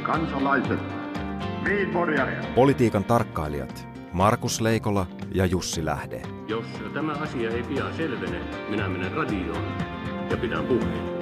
kansalaiset, politiikan tarkkailijat Markus Leikola ja Jussi Lähde. Jos tämä asia ei pian selvene, minä menen radioon ja pidän puheen.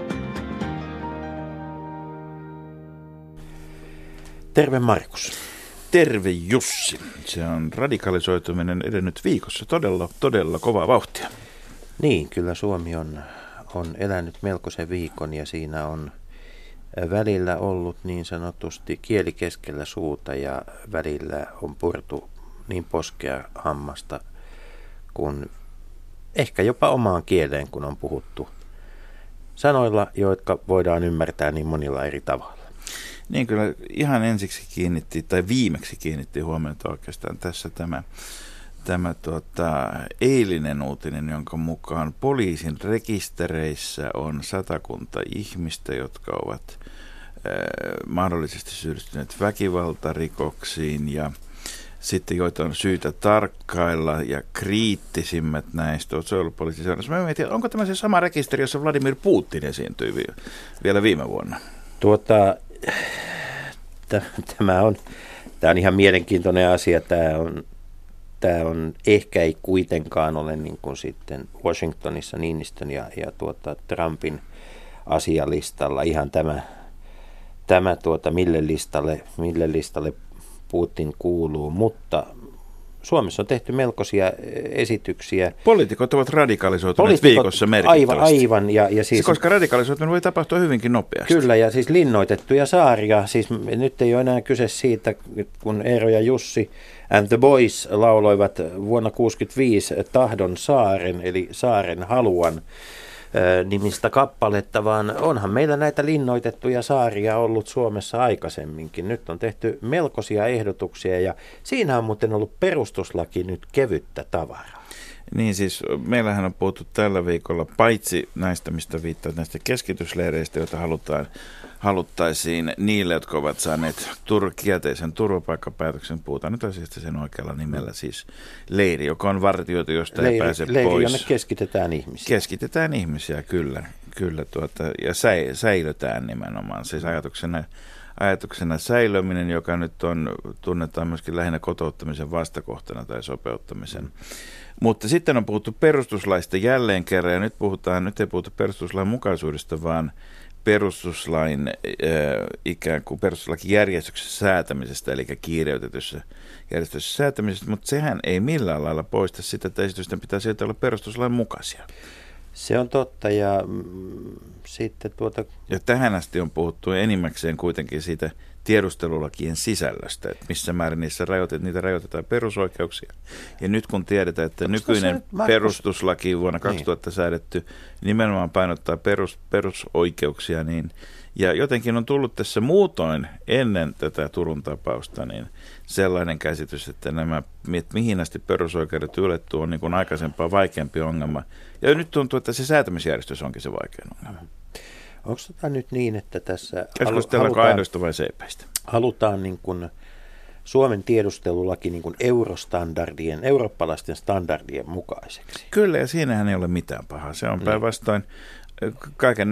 Terve Markus. Terve Jussi. Se on radikalisoituminen edennyt viikossa todella kovaa vauhtia. Niin, kyllä Suomi on elänyt melkoisen viikon ja siinä on välillä ollut niin sanotusti kieli keskellä suuta ja välillä on purtu niin poskea hammasta kuin ehkä jopa omaan kieleen, kun on puhuttu sanoilla, jotka voidaan ymmärtää niin monilla eri tavalla. Niin kyllä ihan viimeksi kiinnitti huomiota oikeastaan tässä tämä eilinen uutinen, jonka mukaan poliisin rekistereissä on 100 ihmistä, jotka ovat mahdollisesti syyllistyneet väkivaltarikoksiin ja sitten joita on syytä tarkkailla ja kriittisimmät näistä on suojelupoliisin seurannassa. Mä mietin, onko tämä se sama rekisteri, jossa Vladimir Putin esiintyi vielä viime vuonna? Tämä on ihan mielenkiintoinen asia. Tämä on ehkä ei kuitenkaan ole niin kuin sitten Washingtonissa Niinistön ja Trumpin asialistalla ihan tämä mille listalle Putin kuuluu, mutta Suomessa on tehty melkoisia esityksiä. Poliitikot ovat radikalisoituneet viikossa merkittävästi. Aivan. Ja siis, koska radikalisoituminen voi tapahtua hyvinkin nopeasti. Kyllä, ja siis linnoitettuja saaria. Siis nyt ei ole enää kyse siitä, kun Eero ja Jussi and the Boys lauloivat vuonna 1965 Tahdon saaren, eli Saaren haluan nimistä kappaletta, vaan onhan meillä näitä linnoitettuja saaria ollut Suomessa aikaisemminkin. Nyt on tehty melkoisia ehdotuksia ja siinä on muuten ollut perustuslaki nyt kevyttä tavaraa. Niin siis meillähän on puhuttu tällä viikolla paitsi näistä, mistä viittaat näistä keskitysleireistä, joita haluttaisiin niille, jotka ovat saaneet kielteisen turvapaikkapäätöksen, puhutaan nyt asiasta sen oikealla nimellä, siis leiri, joka on vartioitu, josta ei pääse leiri, pois. Jonne keskitetään ihmisiä. Keskitetään ihmisiä, kyllä ja säilötään nimenomaan, siis ajatuksena säilöminen, joka nyt tunnetaan myöskin lähinnä kotouttamisen vastakohtana tai sopeuttamisen. Mutta sitten on puhuttu perustuslaista jälleen kerran, ja nyt ei puhuta perustuslain mukaisuudesta, vaan perustuslain ikään kuin perustuslakijärjestyksessä säätämisestä, eli kiireytetyssä järjestyksessä säätämisestä, mutta sehän ei millään lailla poista sitä, että esitysten pitää sieltä olla perustuslain mukaisia. Se on totta, ja sitten Ja tähän asti on puhuttu enimmäkseen kuitenkin siitä tiedustelulakien sisällöstä, että missä määrin niitä rajoitetaan perusoikeuksia. Ja nyt kun tiedetään, että nykyinen perustuslaki vuonna 2000 säädetty nimenomaan painottaa perusoikeuksia, niin ja jotenkin on tullut tässä muutoin ennen tätä Turun tapausta niin sellainen käsitys, että mihin asti perusoikeudet ylettyy, on niin kuin aikaisempaa vaikeampi ongelma. Ja nyt tuntuu, että se säätämisjärjestys onkin se vaikein ongelma. Onko nyt niin, että tässä keskustellaanko aidoista vai seipäistä? Halutaan niin kuin Suomen tiedustelulaki niin kuin eurooppalaisten standardien mukaiseksi? Kyllä, ja siinähän ei ole mitään pahaa. Se on päinvastoin kaiken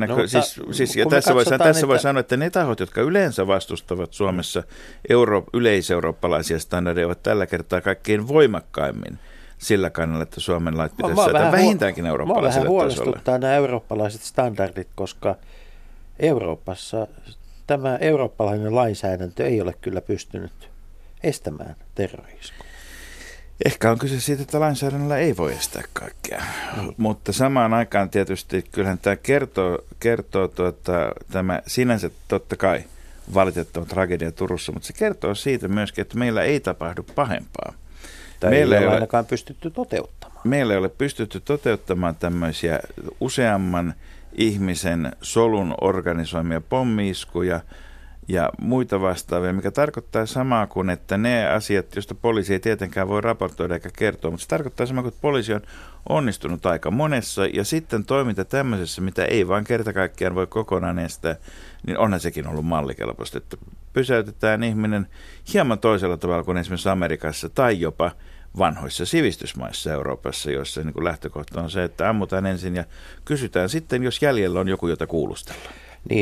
tässä voi sanoa, että ne tahot, jotka yleensä vastustavat Suomessa yleiseurooppalaisia standardeja, ovat tällä kertaa kaikkein voimakkaimmin sillä kannalla, että Suomen lait pitäisi säätää vähintäänkin eurooppalaiselle tasolle. Vähän huolestuttaa nämä eurooppalaiset standardit, koska Euroopassa tämä eurooppalainen lainsäädäntö ei ole kyllä pystynyt estämään terrorismia. Ehkä on kyse siitä, että lainsäädännöllä ei voi estää kaikkea, mutta samaan aikaan tietysti kyllähän tämä kertoo tämä sinänsä totta kai valitettava tragedia Turussa, mutta se kertoo siitä myöskin, että meillä ei tapahdu pahempaa. Tai meillä ei ole ainakaan pystytty toteuttamaan. Meillä ei ole pystytty toteuttamaan tämmöisiä useamman ihmisen solun organisoimia pommi-iskuja ja muita vastaavia, mikä tarkoittaa samaa kuin, että ne asiat, joista poliisi ei tietenkään voi raportoida eikä kertoa, mutta se tarkoittaa samaa kuin, että poliisi on onnistunut aika monessa ja sitten toiminta tämmöisessä, mitä ei vaan kerta kaikkiaan voi kokonaan estää, niin onhan sekin ollut mallikelpoista, että pysäytetään ihminen hieman toisella tavalla kuin esimerkiksi Amerikassa tai jopa vanhoissa sivistysmaissa Euroopassa, joissa niin kuin lähtökohta on se, että ammutaan ensin ja kysytään sitten, jos jäljellä on joku, jota kuulustellaan. Niin,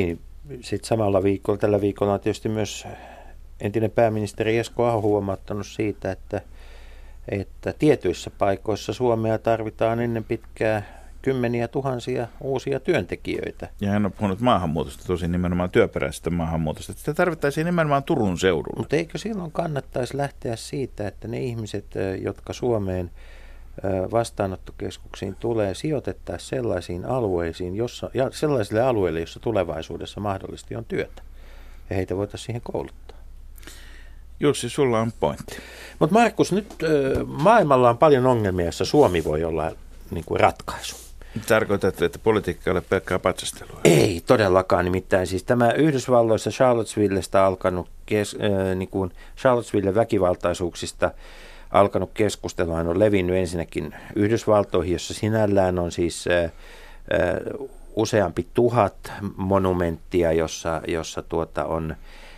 sitten samalla viikolla, tällä viikolla on tietysti myös entinen pääministeri Esko Aho huomauttanut siitä, että tietyissä paikoissa Suomea tarvitaan ennen pitkää kymmeniä tuhansia uusia työntekijöitä. Ja hän on puhunut maahanmuutosta, tosin nimenomaan työperäisestä maahanmuutosta. Sitä tarvittaisiin nimenomaan Turun seudulla. Mutta eikö silloin kannattaisi lähteä siitä, että ne ihmiset, jotka Suomeen vastaanottokeskuksiin tulee, sijoitettaisiin sellaisiin alueisiin, sellaisille alueille, joissa tulevaisuudessa mahdollisesti on työtä. Ja heitä voitaisiin siihen kouluttaa. Jussi, sulla on pointti. Mutta Markus, nyt maailmalla on paljon ongelmia, joissa Suomi voi olla niin kuin ratkaisu. Tarkoitat, että politiikka ei ole pelkkää patsastelua? Ei todellakaan, nimittäin siis tämä Yhdysvalloissa Charlottesvillesta alkanut, niin kuin Charlottesvillen väkivaltaisuuksista alkanut keskustelua on levinnyt ensinnäkin Yhdysvaltoihin, jossa sinällään on siis useampi tuhat monumenttia, jossa on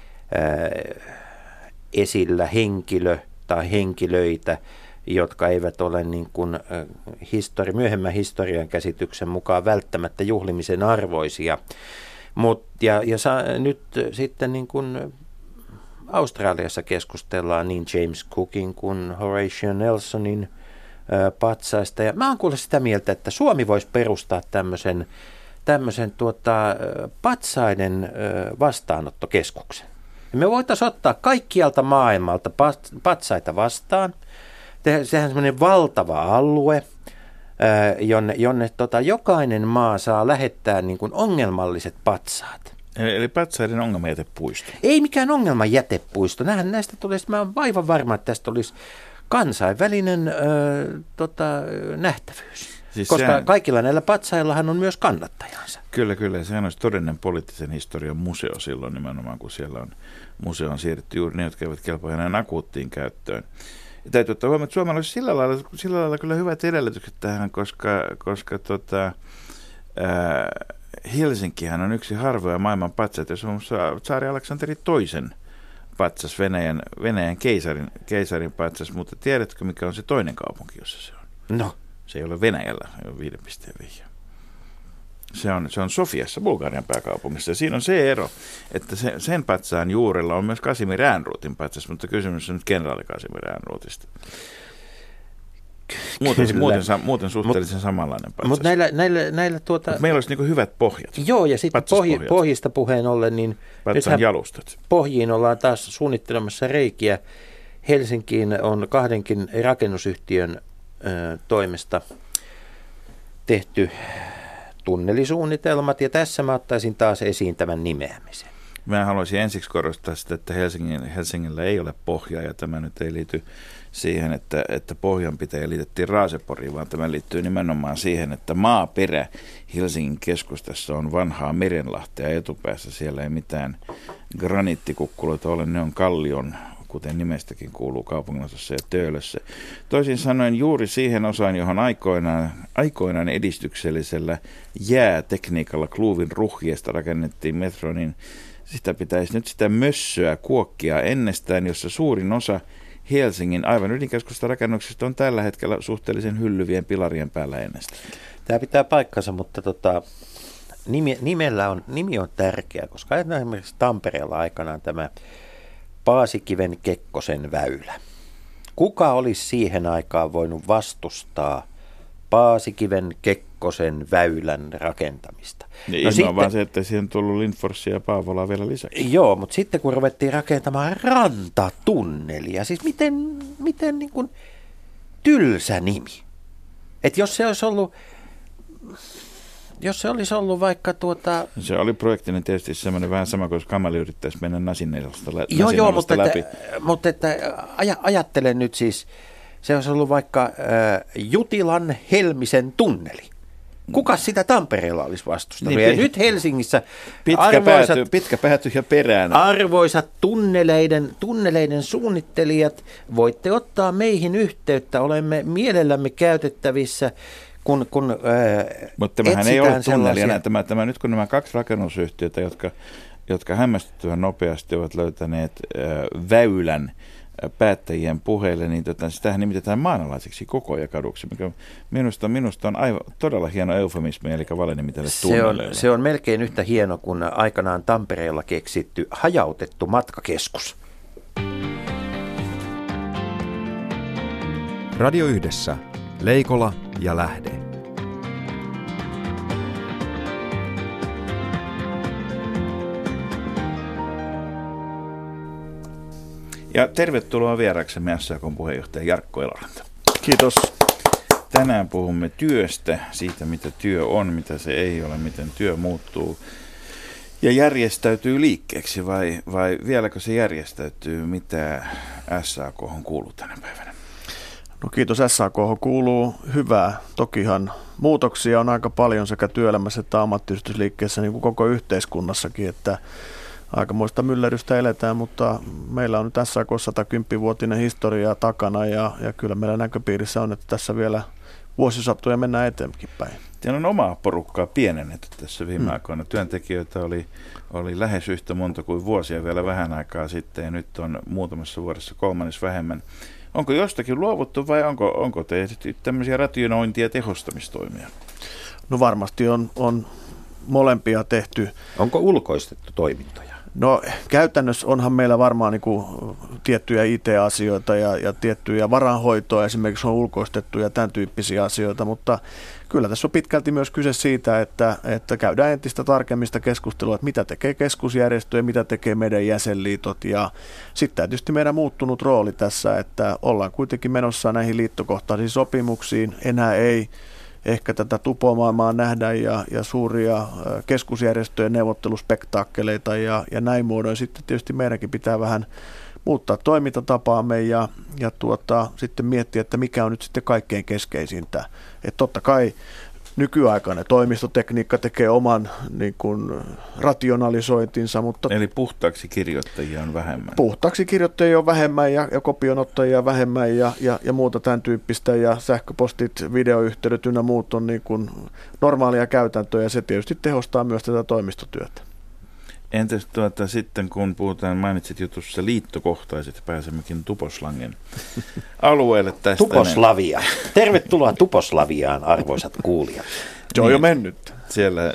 esillä henkilö tai henkilöitä, jotka eivät ole niin kuin myöhemmän historian käsityksen mukaan välttämättä juhlimisen arvoisia. Nyt sitten niin kuin Australiassa keskustellaan niin James Cookin kuin Horatio Nelsonin patsaista. Ja mä oon kuullut sitä mieltä, että Suomi voisi perustaa tämmöisen patsaiden vastaanottokeskuksen. Me voitaisiin ottaa kaikkialta maailmalta patsaita vastaan. Sehän on semmoinen valtava alue, jonne jokainen maa saa lähettää niin kuin ongelmalliset patsaat. Eli patsaiden ongelmajätepuisto. Ei mikään ongelmajätepuisto. Näistä tulisi, mä olen aivan varma, että tästä olisi kansainvälinen nähtävyys. Siis koska kaikilla näillä patsaillahan on myös kannattajansa. Kyllä. Sehän olisi todellinen poliittisen historian museo silloin nimenomaan, kun siellä on museoon siirretty juuri ne, jotka eivät kelpaa enää akuuttiin käyttöön. Ja täytyy ottaa huomioon, että Suomella olisi sillä lailla kyllä hyvät edellytykset tähän, koska Helsinkihän on yksi harvoja maailman patsaita, jos on tsaari Aleksanteri toisen patsas, Venäjän keisarin patsas, mutta tiedätkö mikä on se toinen kaupunki, jossa se on? No. Se ei ole Venäjällä, se on 5 pisteen vihja. Se on Sofiassa, Bulgarian pääkaupungissa. Ja siinä on se ero, että sen patsaan juurella on myös Kasimir Ehrnroothin patsas, mutta kysymys on nyt kenraali Kasimir Ehrnrootista. Muuten suhteellisen samanlainen patsas. Mutta meillä olisi niinku hyvät pohjat. Joo, ja sitten pohjista puheen ollen, niin patsan jalustat. Pohjiin ollaan taas suunnittelemassa reikiä. Helsinkiin on 2 rakennusyhtiön toimesta tehty tunnelisuunnitelmat, ja tässä mä ottaisin taas esiin tämän nimeämisen. Mä haluaisin ensiksi korostaa sitä, että Helsingillä ei ole pohjaa, ja tämä nyt ei liity siihen, että pohjanpitäjä liitettiin Raaseporiin, vaan tämä liittyy nimenomaan siihen, että maaperä Helsingin keskustassa on vanhaa merenlahtea etupäässä. Siellä ei mitään graniittikukkuloita ole, ne on kallion, kuten nimestäkin kuuluu, kaupunginosassa ja Töölössä. Toisin sanoen juuri siihen osaan, johon aikoinaan edistyksellisellä jäätekniikalla Kluuvin ruhjeesta rakennettiin metro, niin sitä pitäisi nyt sitä mössöä kuokkia ennestään, jossa suurin osa Helsingin aivan ydinkeskusta rakennuksista on tällä hetkellä suhteellisen hyllyvien pilarien päällä ennestään. Tämä pitää paikkansa, mutta nimi on tärkeä, koska esimerkiksi Tampereella aikanaan tämä Paasikiven Kekkosen väylä. Kuka olisi siihen aikaan voinut vastustaa Paasikiven Kekkosen väylän rakentamista? No sitten, vaan se, että siihen on tullut Lindforsia ja Paavolaa vielä lisäksi. Joo, mutta sitten kun ruvettiin rakentamaan rantatunnelia, siis miten niin kuin tylsä nimi. Että jos se olisi ollut vaikka Se oli projektinen tietysti semmoinen vähän sama, koska Kamali yrittäisi mennä Nasinelasta läpi. Joo, mutta ajattele nyt siis, se olisi ollut vaikka Jutilan Helmisen tunneli. Kuka sitä Tampereella olisi vastustanut? Ja nyt Helsingissä pitkä pääty ja perään. Arvoisat tunneleiden suunnittelijat, voitte ottaa meihin yhteyttä. Olemme mielellämme käytettävissä, mutta tämähän ei ole tunneli enää. Tämä nyt kun nämä 2 rakennusyhtiötä, jotka hämmästyttävän nopeasti ovat löytäneet väylän päättäjien puheille, niin sitähän nimitetään maanalaiseksi kokoajakaduksi, mikä minusta on aivan todella hieno eufemismi, eli valenimi tälle tunnelleille. Se on melkein yhtä hieno kuin aikanaan Tampereella keksitty hajautettu matkakeskus. Radio Yhdessä. Leikola ja Lähde. Ja tervetuloa vieraksemme SAK:n puheenjohtaja Jarkko Eloranta. Kiitos. Tänään puhumme työstä, siitä mitä työ on, mitä se ei ole, miten työ muuttuu ja järjestäytyy liikkeeksi vai vieläkö se järjestäytyy, mitä SAK:hon kuuluu tänä päivänä? No kiitos, SAK:hon kuuluu hyvää. Tokihan muutoksia on aika paljon sekä työelämässä että ammattiyhdistysliikkeessä niin kuin koko yhteiskunnassakin, että aikamoista myllerrystä eletään, mutta meillä on nyt SAK 110-vuotinen historia takana ja kyllä meillä näköpiirissä on, että tässä vielä vuosisatoja mennään eteenkin päin. Teillä on omaa porukkaa pienennetty tässä viime aikoina. Työntekijöitä oli lähes yhtä monta kuin vuosia vielä vähän aikaa sitten ja nyt on muutamassa vuodessa kolmannes vähemmän. Onko jostakin luovuttu vai onko tehty tämmöisiä rationointia ja tehostamistoimia? No varmasti on molempia tehty. Onko ulkoistettu toimintoja? No käytännössä onhan meillä varmaan niin kuin tiettyjä IT-asioita ja tiettyjä varainhoitoa esimerkiksi on ulkoistettu ja tämän tyyppisiä asioita, mutta kyllä tässä on pitkälti myös kyse siitä, että käydään entistä tarkemmista keskustelua, että mitä tekee keskusjärjestö ja mitä tekee meidän jäsenliitot ja sitten tietysti meidän muuttunut rooli tässä, että ollaan kuitenkin menossa näihin liittokohtaisiin sopimuksiin, enää ei ehkä tätä tupomaailmaa nähdä ja suuria keskusjärjestöjen neuvotteluspektaakkeleita ja näin muodoin sitten tietysti meidänkin pitää vähän muuttaa toimintatapaamme ja sitten miettiä, että mikä on nyt sitten kaikkein keskeisintä. Että totta kai nykyaikainen toimistotekniikka tekee oman niin kuin, rationalisointinsa, mutta eli puhtaaksi kirjoittajia on vähemmän. Puhtaaksi kirjoittajia on vähemmän ja kopionottajia vähemmän ja muuta tämän tyyppistä ja sähköpostit, videoyhteydet ynnä muut on niin kuin normaalia käytäntöä ja se tietysti tehostaa myös tätä toimistotyötä. Entäs sitten kun puhutaan, mainitsit jutussa liittokohtaiset, pääsemmekin Tuposlangen alueelle tästä. Tuposlavia. Tervetuloa Tuposlaviaan, arvoisat kuulijat. Se on jo mennyt. Siellä,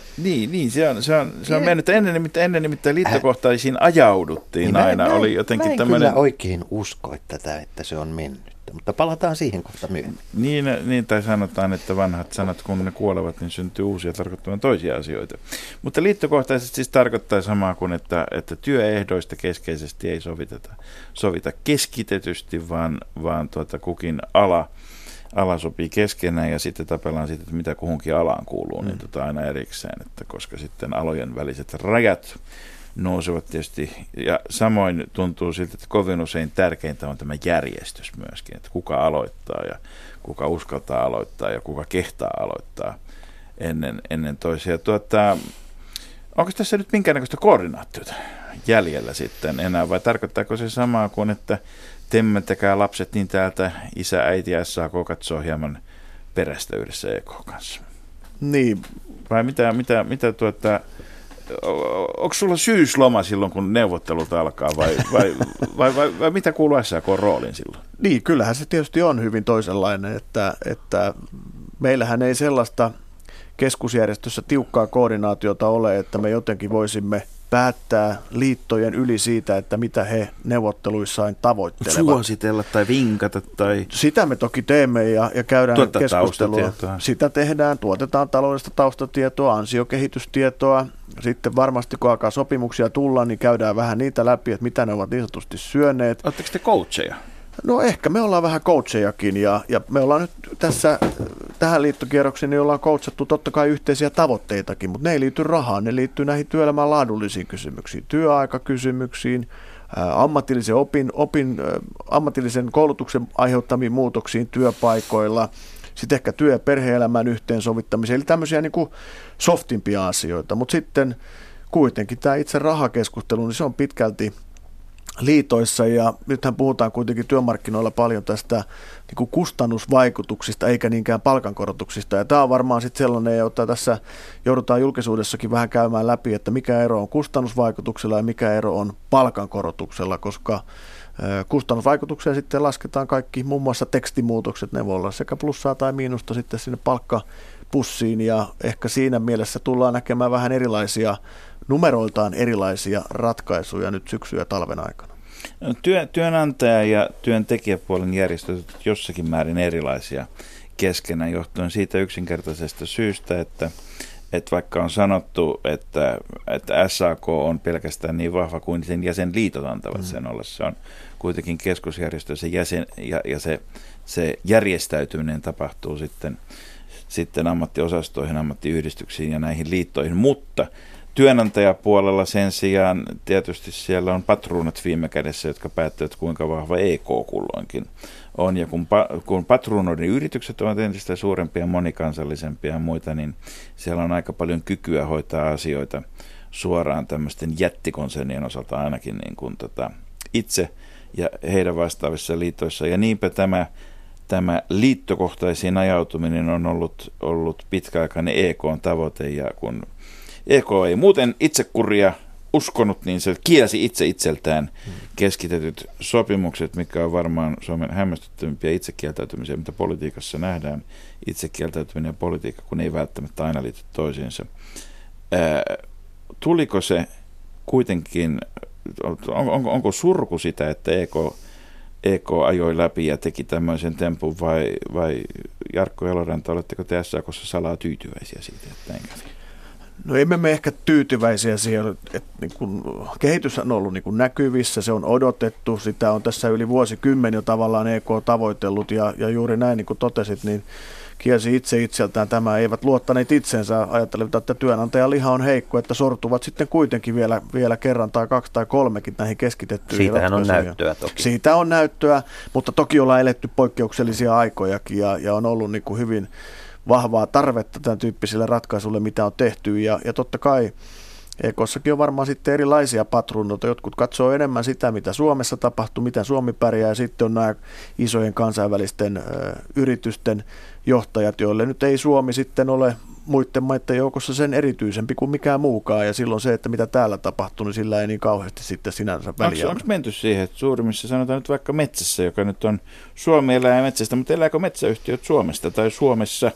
se on mennyt. Ennen nimittäin liittokohtaisiin ajauduttiin aina. Oli jotenkin mä en kyllä oikein usko, että se on mennyt. Mutta palataan siihen kohta myöhemmin. Niin, tai sanotaan, että vanhat sanat, kun ne kuolevat, niin syntyy uusia tarkoittamaan toisia asioita. Mutta liittokohtaisesti siis tarkoittaa samaa kuin, että työehdoista keskeisesti ei sovita keskitetysti, vaan kukin ala sopii keskenään ja sitten tapellaan siitä, että mitä kuhunkin alaan kuuluu, niin aina erikseen, että koska sitten alojen väliset rajat nousevat tietysti, ja samoin tuntuu siltä, että kovin usein tärkeintä on tämä järjestys myöskin, että kuka aloittaa ja kuka uskaltaa aloittaa ja kuka kehtaa aloittaa ennen toisia. Onko tässä nyt minkäännäköistä koordinaatiota jäljellä sitten enää, vai tarkoittaako se samaa kuin, että temmentäkää lapset, niin täältä isä, äiti ja SAK katsoo hieman perästä yhdessä EK kanssa? Niin. Vai mitä onko sulla syysloma silloin, kun neuvottelut alkaa, vai mitä kuuluu SAK-rooliin silloin? Niin, kyllähän se tietysti on hyvin toisenlainen, että meillähän ei sellaista keskusjärjestössä tiukkaa koordinaatiota ole, että me jotenkin voisimme päättää liittojen yli siitä, että mitä he neuvotteluissaan tavoittelevat. Suositella tai vinkata tai... Sitä me toki teemme ja käydään keskustelua. Sitä tehdään, tuotetaan taloudellista taustatietoa, ansiokehitystietoa. Sitten varmasti kun alkaa sopimuksia tulla, niin käydään vähän niitä läpi, että mitä ne ovat niin sanotusti syöneet. Oletteko te coacheja? No ehkä me ollaan vähän coachejakin ja me ollaan nyt tähän liittokierrokseen, niin ollaan coachattu totta kai yhteisiä tavoitteitakin, mutta ne ei liity rahaan, ne liittyy näihin työelämän laadullisiin kysymyksiin, työaikakysymyksiin, ammatillisen koulutuksen aiheuttamiin muutoksiin työpaikoilla, sitten ehkä työ- ja perhe-elämän yhteensovittamiseen, eli tämmöisiä niin kuin softimpia asioita, mutta sitten kuitenkin tämä itse rahakeskustelu, niin se on pitkälti liitoissa, ja nythän puhutaan kuitenkin työmarkkinoilla paljon tästä niin kuin kustannusvaikutuksista eikä niinkään palkankorotuksista, ja tämä on varmaan sitten sellainen, jota tässä joudutaan julkisuudessakin vähän käymään läpi, että mikä ero on kustannusvaikutuksella ja mikä ero on palkankorotuksella, koska kustannusvaikutuksia sitten lasketaan kaikki, muun muassa tekstimuutokset, ne voi olla sekä plussaa tai miinusta sitten sinne palkkapussiin, ja ehkä siinä mielessä tullaan näkemään vähän erilaisia, numeroiltaan erilaisia ratkaisuja nyt syksy- ja talven aikana. Työnantaja- ja työntekijäpuolen järjestöt ovat jossakin määrin erilaisia keskenään johtuen siitä yksinkertaisesta syystä, että vaikka on sanottu, että SAK on pelkästään niin vahva kuin sen jäsenliitot antavat sen olla, se on kuitenkin keskusjärjestö, se jäsen ja se järjestäytyminen tapahtuu sitten ammattiosastoihin, ammattiyhdistyksiin ja näihin liittoihin, mutta työnantajapuolella sen sijaan tietysti siellä on patruunat viime kädessä, jotka päättävät, kuinka vahva EK kulloinkin on. Ja kun patruunoiden yritykset ovat entistä suurempia, monikansallisempia ja muita, niin siellä on aika paljon kykyä hoitaa asioita suoraan tämmöisten jättikonsernien osalta ainakin niin kuin itse ja heidän vastaavissa liitoissa. Ja niinpä tämä liittokohtaisiin ajautuminen on ollut pitkäaikainen EK:n tavoite, ja kun EK ei muuten itsekuria uskonut, niin se kielsi itseltään keskitetyt sopimukset, mikä on varmaan Suomen hämmästyttävimpiä itsekieltäytymisiä, mitä politiikassa nähdään. Itsekieltäytyminen ja politiikka, kun ei välttämättä aina liity toisiinsa. Tuliko se kuitenkin, onko surku sitä, että EK ajoi läpi ja teki tämmöisen tempun, vai Jarkko Eloranta, oletteko te SAK:ssa salaa tyytyväisiä siitä, että näin kävi? No emme me ehkä tyytyväisiä siihen, että niin kun kehitys on ollut niin kun näkyvissä, se on odotettu, sitä on tässä yli vuosikymmen jo tavallaan EK tavoitellut, ja juuri näin niin kuin totesit, niin kielsi itseltään tämä, eivät luottaneet itsensä, ajattelevat, että työnantajan liha on heikko, että sortuvat sitten kuitenkin vielä kerran tai kaksi tai kolmekin näihin keskitettyihin ratkaisuihin. Siitähän on näyttöä toki. Siitä on näyttöä, mutta toki ollaan eletty poikkeuksellisia aikojakin, ja on ollut niin kuin hyvin vahvaa tarvetta tämän tyyppisille ratkaisuille, mitä on tehty, ja totta kai EK:ssakin on varmaan sitten erilaisia patruunoita. Jotkut katsoo enemmän sitä, mitä Suomessa tapahtuu, miten Suomi pärjää, ja sitten on nämä isojen kansainvälisten yritysten johtajat, joille nyt ei Suomi sitten ole muiden maiden joukossa sen erityisempi kuin mikään muukaan, ja silloin se, että mitä täällä tapahtuu, niin sillä ei niin kauheasti sitten sinänsä väliä. Onko menty siihen, että suurimmissa, sanotaan nyt vaikka metsässä, joka nyt on Suomi elää metsästä, mutta elääkö metsäyhtiöt Suomesta tai Suomessa,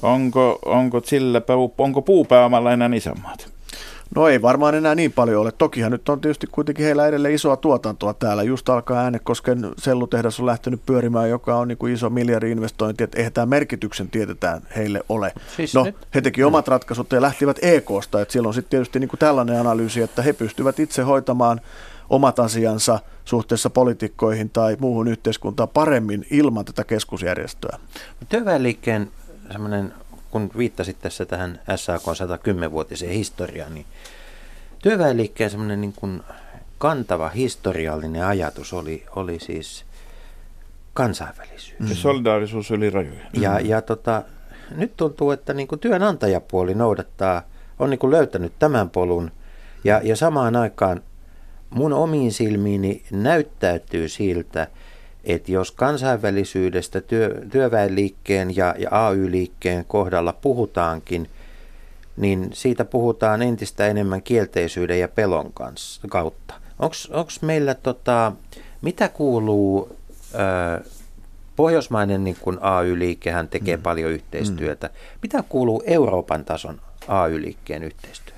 onko puupääomalla enää isänmaat? No ei varmaan enää niin paljon ole. Tokihan nyt on tietysti kuitenkin heillä edelleen isoa tuotantoa täällä. Just alkaa Äänekosken sellutehdas on lähtenyt pyörimään, joka on niin kuin iso miljardi-investointi, että eihän tämä merkityksen tietetään heille ole. Siis no, he teki omat ratkaisut ja lähtivät EK:sta, että siellä on sitten tietysti niin kuin tällainen analyysi, että he pystyvät itse hoitamaan omat asiansa suhteessa poliitikkoihin tai muuhun yhteiskuntaan paremmin ilman tätä keskusjärjestöä. Työväenliikkeen semmoinen, kun viittasit tässä tähän SAK:n 110-vuotiseen historiaan, niin työväenliikkeen semmoinen niin kuin kantava historiallinen ajatus oli siis kansainvälisyys. Ja solidaarisuus yli rajojen. Ja nyt tuntuu, että niin kuin työnantajapuoli on niin kuin löytänyt tämän polun, ja samaan aikaan mun omiin silmiini näyttäytyy siltä, että jos kansainvälisyydestä työväenliikkeen ja AY-liikkeen kohdalla puhutaankin, niin siitä puhutaan entistä enemmän kielteisyyden ja pelon kautta. Onko meillä, mitä kuuluu, pohjoismainen niin kun AY-liikehän tekee paljon yhteistyötä, mitä kuuluu Euroopan tason AY-liikkeen yhteistyölle?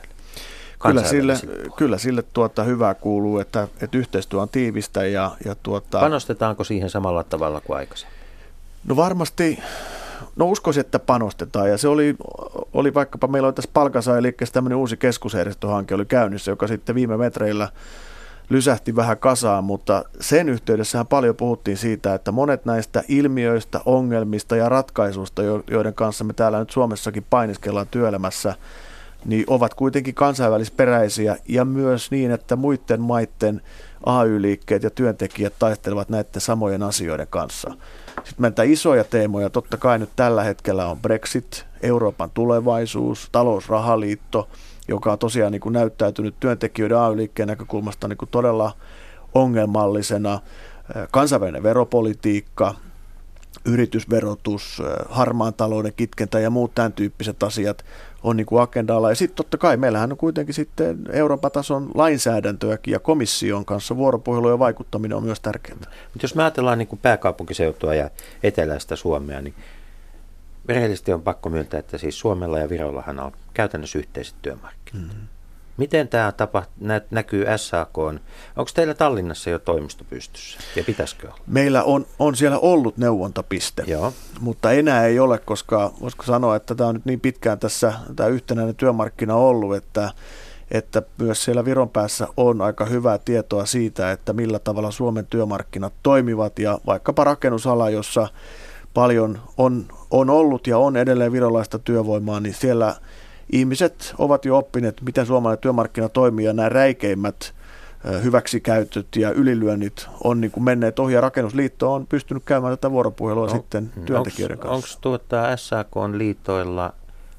Kyllä sille hyvää kuuluu, että yhteistyö on tiivistä. Panostetaanko siihen samalla tavalla kuin aikaisemmin? No varmasti, uskoisin, että panostetaan. Ja se oli vaikkapa, meillä oli tässä palkansaajaliikkeessä tämmöinen uusi keskusjärjestöhanke oli käynnissä, joka sitten viime metreillä lysähti vähän kasaan, mutta sen yhteydessähän paljon puhuttiin siitä, että monet näistä ilmiöistä, ongelmista ja ratkaisuista, joiden kanssa me täällä nyt Suomessakin painiskellaan työelämässä, niin ovat kuitenkin kansainvälisperäisiä ja myös niin, että muiden maiden AY-liikkeet ja työntekijät taistelevat näiden samojen asioiden kanssa. Sitten meiltä isoja teemoja totta kai nyt tällä hetkellä on Brexit, Euroopan tulevaisuus, talousrahaliitto, joka on tosiaan niin kuin näyttäytynyt työntekijöiden AY-liikkeen näkökulmasta niin kuin todella ongelmallisena. Kansainvälinen veropolitiikka, yritysverotus, harmaan talouden kitkentä ja muut tämän tyyppiset asiat on niin kuin agendalla. Ja sitten totta kai meillähän on kuitenkin sitten Euroopan tason lainsäädäntöäkin ja komission kanssa vuoropuhelu ja vaikuttaminen on myös tärkeää. Mutta jos me ajatellaan niin kuin pääkaupunkiseutua ja eteläistä Suomea, niin rehellisesti on pakko myöntää, että siis Suomella ja Virollahan on käytännössä yhteiset työmarkkinat. Mm-hmm. Miten tämä näkyy SAK:n? Onko teillä Tallinnassa jo toimisto pystyssä ja pitäisikö olla? Meillä on siellä ollut neuvontapiste, Joo. Mutta enää ei ole, koska voisiko sanoa, että tämä on nyt niin pitkään tässä tämä yhtenäinen työmarkkina ollut, että myös siellä Viron päässä on aika hyvää tietoa siitä, että millä tavalla Suomen työmarkkinat toimivat ja vaikkapa rakennusala, jossa paljon on ollut ja on edelleen virolaista työvoimaa, niin siellä ihmiset ovat jo oppineet, miten suomalainen työmarkkina toimii ja nämä räikeimmät hyväksikäytöt ja ylilyönnit on niin kuin menneet ohi ja Rakennusliitto on pystynyt käymään tätä vuoropuhelua sitten työntekijöiden kanssa. Onko SAK:n liitoilla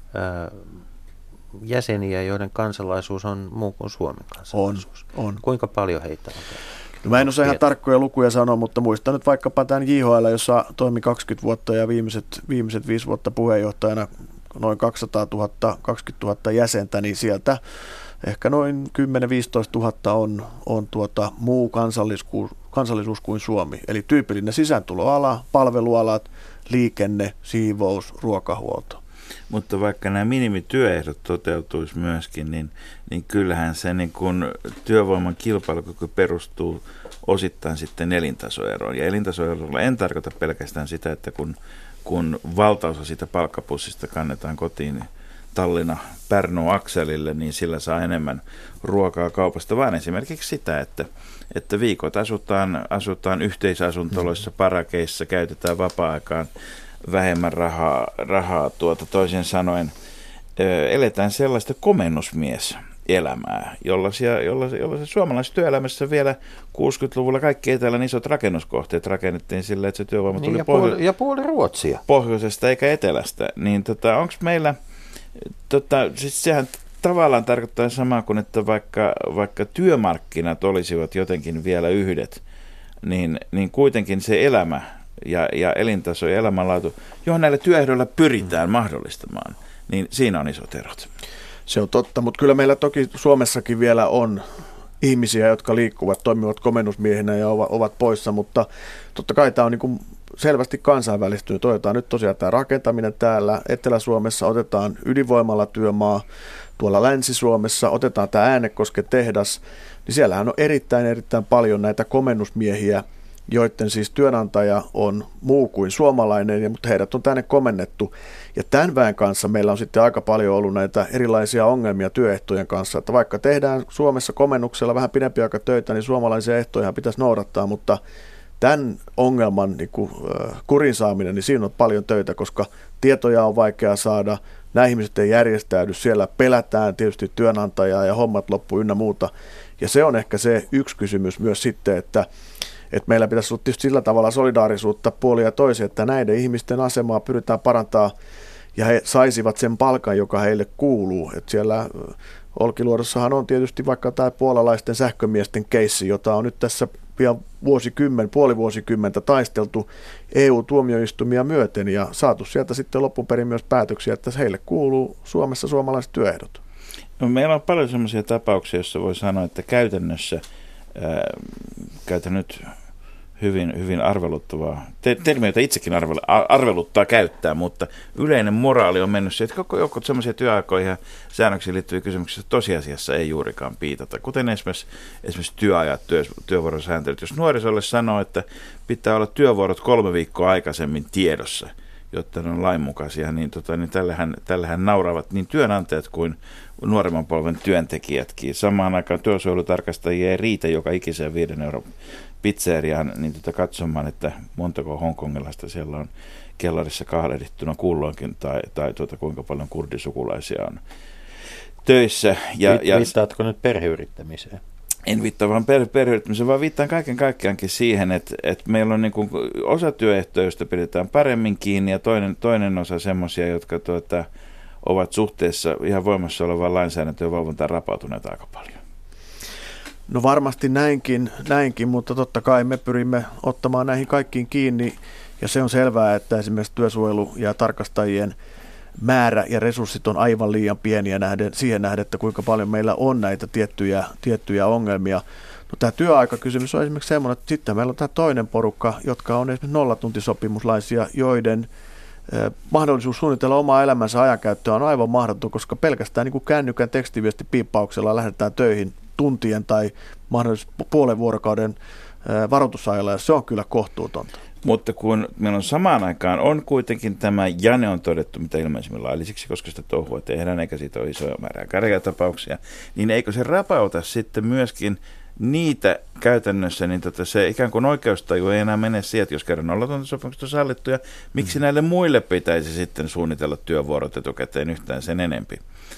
jäseniä, joiden kansalaisuus on muu kuin Suomen kansalaisuus? On. Kuinka paljon heitä on? No mä en osaa ihan tarkkoja lukuja sanoa, mutta muistan nyt vaikkapa tämän JHL, jossa toimi 20 vuotta ja viimeiset 5 vuotta puheenjohtajana noin 200 000, 20 000 jäsentä, niin sieltä ehkä noin 10-15 000 on muu kansallisuus kuin Suomi. Eli tyypillinen sisääntuloala, palvelualat, liikenne, siivous, ruokahuolto. Mutta vaikka nämä minimityöehdot toteutuisi myöskin, niin kyllähän se niin kun työvoiman kilpailukyky perustuu osittain sitten elintasoeroon. Ja elintasoerolla en tarkoita pelkästään sitä, että kun valtaosa siitä palkkapussista kannetaan kotiin Tallinna-Pärnu-akselille, niin sillä saa enemmän ruokaa kaupasta, vaan esimerkiksi sitä, että viikot asutaan yhteisasuntoloissa, parakeissa, käytetään vapaa-aikaan vähemmän rahaa toisin sanoen. Eletään sellaista komennusmieselämää, jolla se suomalaisessa työelämässä vielä 60-luvulla kaikki etelän isot rakennuskohteet rakennettiin sillä, että se työvoima tuli puoli Ruotsia. Pohjoisesta eikä etelästä. Niin onko meillä, siis sehän tavallaan tarkoittaa samaa kuin, että vaikka työmarkkinat olisivat jotenkin vielä yhdet, niin kuitenkin se elämä ja elintaso ja elämänlaatu, johon näillä työehdoilla pyritään mahdollistamaan, niin siinä on isot erot. Se on totta, mutta kyllä meillä toki Suomessakin vielä on ihmisiä, jotka liikkuvat, toimivat komennusmiehinä ja ovat poissa, mutta totta kai tämä on niin kuin selvästi kansainvälistynyt. Otetaan nyt tosiaan tämä rakentaminen täällä Etelä-Suomessa, otetaan ydinvoimalla työmaa tuolla Länsi-Suomessa, otetaan tämä Äänekosken tehdas, niin siellähän on erittäin paljon näitä komennusmiehiä, joiden siis työnantaja on muu kuin suomalainen, mutta heidät on tänne komennettu. Ja tämän väen kanssa meillä on sitten aika paljon ollut näitä erilaisia ongelmia työehtojen kanssa, että vaikka tehdään Suomessa komennuksella vähän pidempi aika töitä, niin suomalaisia ehtoja pitäisi noudattaa, mutta tämän ongelman kurin saaminen, niin siinä on paljon töitä, koska tietoja on vaikea saada, nämä ihmiset ei järjestäydy, siellä pelätään tietysti työnantajaa ja hommat loppuu ynnä muuta. Ja se on ehkä se yksi kysymys myös sitten, että meillä pitäisi olla tietysti sillä tavalla solidaarisuutta puolia ja toisia, että näiden ihmisten asemaa pyritään parantaa ja he saisivat sen palkan, joka heille kuuluu. Että siellä Olkiluodossahan on tietysti vaikka tämä puolalaisten sähkömiesten keissi, jota on nyt tässä pian puoli vuosikymmentä taisteltu EU-tuomioistumia myöten ja saatu sieltä sitten loppuperin myös päätöksiä, että heille kuuluu Suomessa suomalaiset työehdot. No, meillä on paljon sellaisia tapauksia, joissa voi sanoa, että käytännössä käytän nyt hyvin arveluttavaa termiä, jota itsekin arveluttaa käyttää, mutta yleinen moraali on mennyt se, että koko sellaisia työaikoihin ja säännöksiin liittyviä kysymyksiä tosiasiassa ei juurikaan piitata. Kuten esimerkiksi työajat, työvuorosääntelyt. Jos nuorisolle sanoo, että pitää olla työvuorot 3 viikkoa aikaisemmin tiedossa, jotta ne on lainmukaisia, niin tällähän nauravat niin työnantajat kuin nuoremman polven työntekijätkin. Samaan aikaan työsuojelutarkastajia ei riitä joka ikiseen 5 euron pizzeriaan niin katsomaan, että montako hongkongilaista siellä on kellarissa kahlehdittuna kulloinkin tai kuinka paljon kurdisukulaisia on töissä. Viittaatko nyt perheyrittämiseen? En viittaa vaan perheyrittämiseen, vaan viittaan kaiken kaikkiaankin siihen, että meillä on niin kuin osa työehtoja, joista pidetään paremmin kiinni ja toinen osa semmoisia, jotka ovat suhteessa ihan voimassa olevaan lainsäädäntöön ja valvontaan rapautuneet aika paljon. No varmasti näinkin, mutta totta kai me pyrimme ottamaan näihin kaikkiin kiinni, ja se on selvää, että esimerkiksi työsuojelu- ja tarkastajien määrä ja resurssit on aivan liian pieniä siihen nähden, että kuinka paljon meillä on näitä tiettyjä ongelmia. No, tämä työaikakysymys on esimerkiksi semmoinen, että sitten meillä on tämä toinen porukka, jotka on esimerkiksi nollatuntisopimuslaisia, joiden mahdollisuus suunnitella omaa elämänsä ajankäyttöä on aivan mahdoton, koska pelkästään niin kuin kännykän tekstiviestipiippauksella lähdetään töihin tuntien tai mahdollisesti puolen vuorokauden varoitusajalla, ja se on kyllä kohtuutonta. Mutta kun meillä on samaan aikaan, on kuitenkin tämä Jane on todettu mitä ilmeisimmin laillisiksi, koska sitä touhua tehdään, eikä siitä ole isoja määrää käräjätapauksia, niin eikö se rapauta sitten myöskin niitä käytännössä, niin se ikään kuin oikeustaju ei enää mene siihen, että jos kerran nollatuntisopimukset on sallittuja, miksi näille muille pitäisi sitten suunnitella työvuorot etukäteen yhtään sen enempi,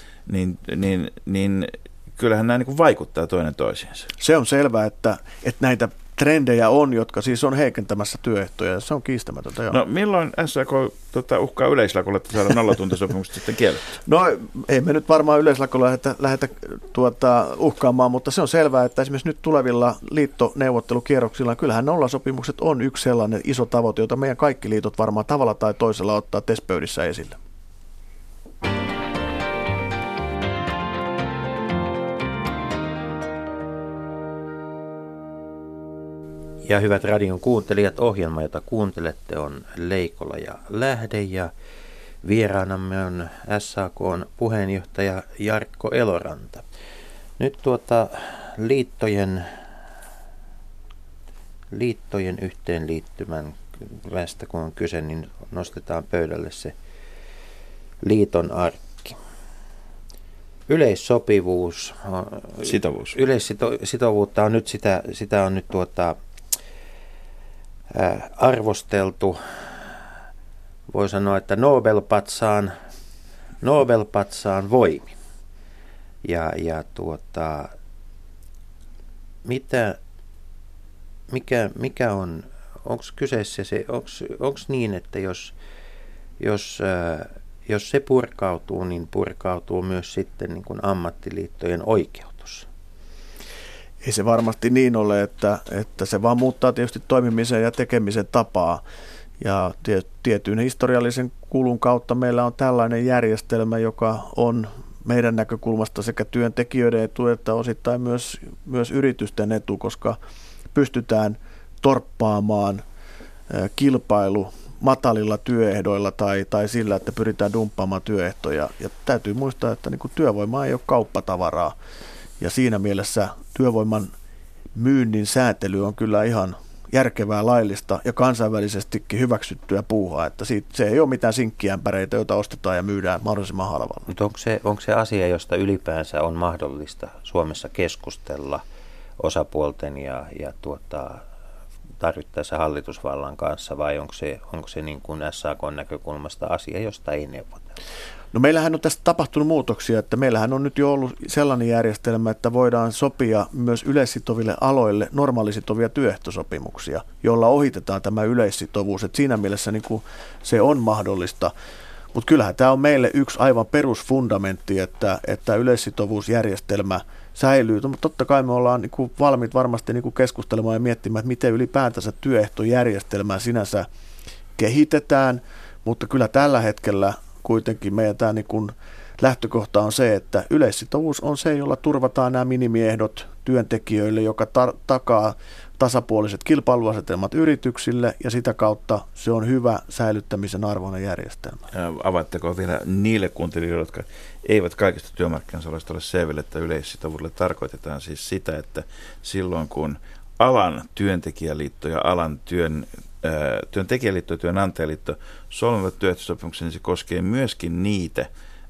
niin kyllähän nämä niin kuin vaikuttaa toinen toisiinsa. Se on selvää, että näitä trendejä on, jotka siis on heikentämässä työehtoja, ja se on kiistämätöntä. No milloin SAK uhkaa yleislakolla, että saada nollatuntisopimukset sitten kiellettyä? No ei me nyt varmaan yleislakolla lähdetä uhkaamaan, mutta se on selvää, että esimerkiksi nyt tulevilla liittoneuvottelukierroksilla, kyllähän nollasopimukset on yksi sellainen iso tavoite, jota meidän kaikki liitot varmaan tavalla tai toisella ottaa TES-pöydissä esille. Ja hyvät radion kuuntelijat, ohjelma, jota kuuntelette, on Leikola ja Lähde, ja vieraanamme on SAK:n puheenjohtaja Jarkko Eloranta. Nyt liittojen yhteenliittymästä, kun on kyse, niin nostetaan pöydälle se liiton arkki. Yleissopivuus. Sitovuus. Yleissitovuutta on nyt sitä on nyt arvosteltu, voi sanoa, että Nobel-patsaan voimi. Mikä on, onko kyseessä se, onko niin, että jos se purkautuu, niin purkautuu myös sitten niin kuin ammattiliittojen oikeutus? Ei se varmasti niin ole, että se vaan muuttaa tietysti toimimisen ja tekemisen tapaa. Ja tietyn historiallisen kulun kautta meillä on tällainen järjestelmä, joka on meidän näkökulmasta sekä työntekijöiden etu että osittain myös yritysten etu, koska pystytään torppaamaan kilpailu matalilla työehdoilla tai sillä, että pyritään dumppaamaan työehtoja. Ja täytyy muistaa, että niin kuin työvoima ei ole kauppatavaraa. Ja siinä mielessä työvoiman myynnin säätely on kyllä ihan järkevää, laillista ja kansainvälisestikin hyväksyttyä puuhaa. Että se ei ole mitään sinkkiämpäreitä, joita ostetaan ja myydään mahdollisimman halvalla. Mutta onko se asia, josta ylipäänsä on mahdollista Suomessa keskustella osapuolten ja tarvittaessa hallitusvallan kanssa, vai onko se niin kuin SAK:n näkökulmasta asia, josta ei neuvotella? No meillähän on tästä tapahtunut muutoksia, että meillähän on nyt jo ollut sellainen järjestelmä, että voidaan sopia myös yleissitoville aloille normaalisitovia työehtosopimuksia, jolla ohitetaan tämä yleissitovuus. Että siinä mielessä niin kuin se on mahdollista. Mutta kyllähän tämä on meille yksi aivan perusfundamentti, että yleissitovuusjärjestelmä säilyy. Mutta totta kai me ollaan niin kuin valmiit varmasti niin kuin keskustelemaan ja miettimään, että miten ylipäätänsä työehtojärjestelmää sinänsä kehitetään, mutta kyllä tällä hetkellä kuitenkin meidän tämä niin kuin lähtökohta on se, että yleissitovuus on se, jolla turvataan nämä minimiehdot työntekijöille, joka takaa tasapuoliset kilpailuasetelmat yrityksille, ja sitä kautta se on hyvä säilyttämisen arvoinen järjestelmä. Avaatteko vielä niille kuuntelijoille, jotka eivät kaikista työmarkkinasaloista ole selville, että yleissitovuudelle tarkoitetaan siis sitä, että silloin kun alan työntekijäliitto ja alan työntekijäliitto ja työnantajaliitto solmivat työehtosopimuksen, niin se koskee myöskin niitä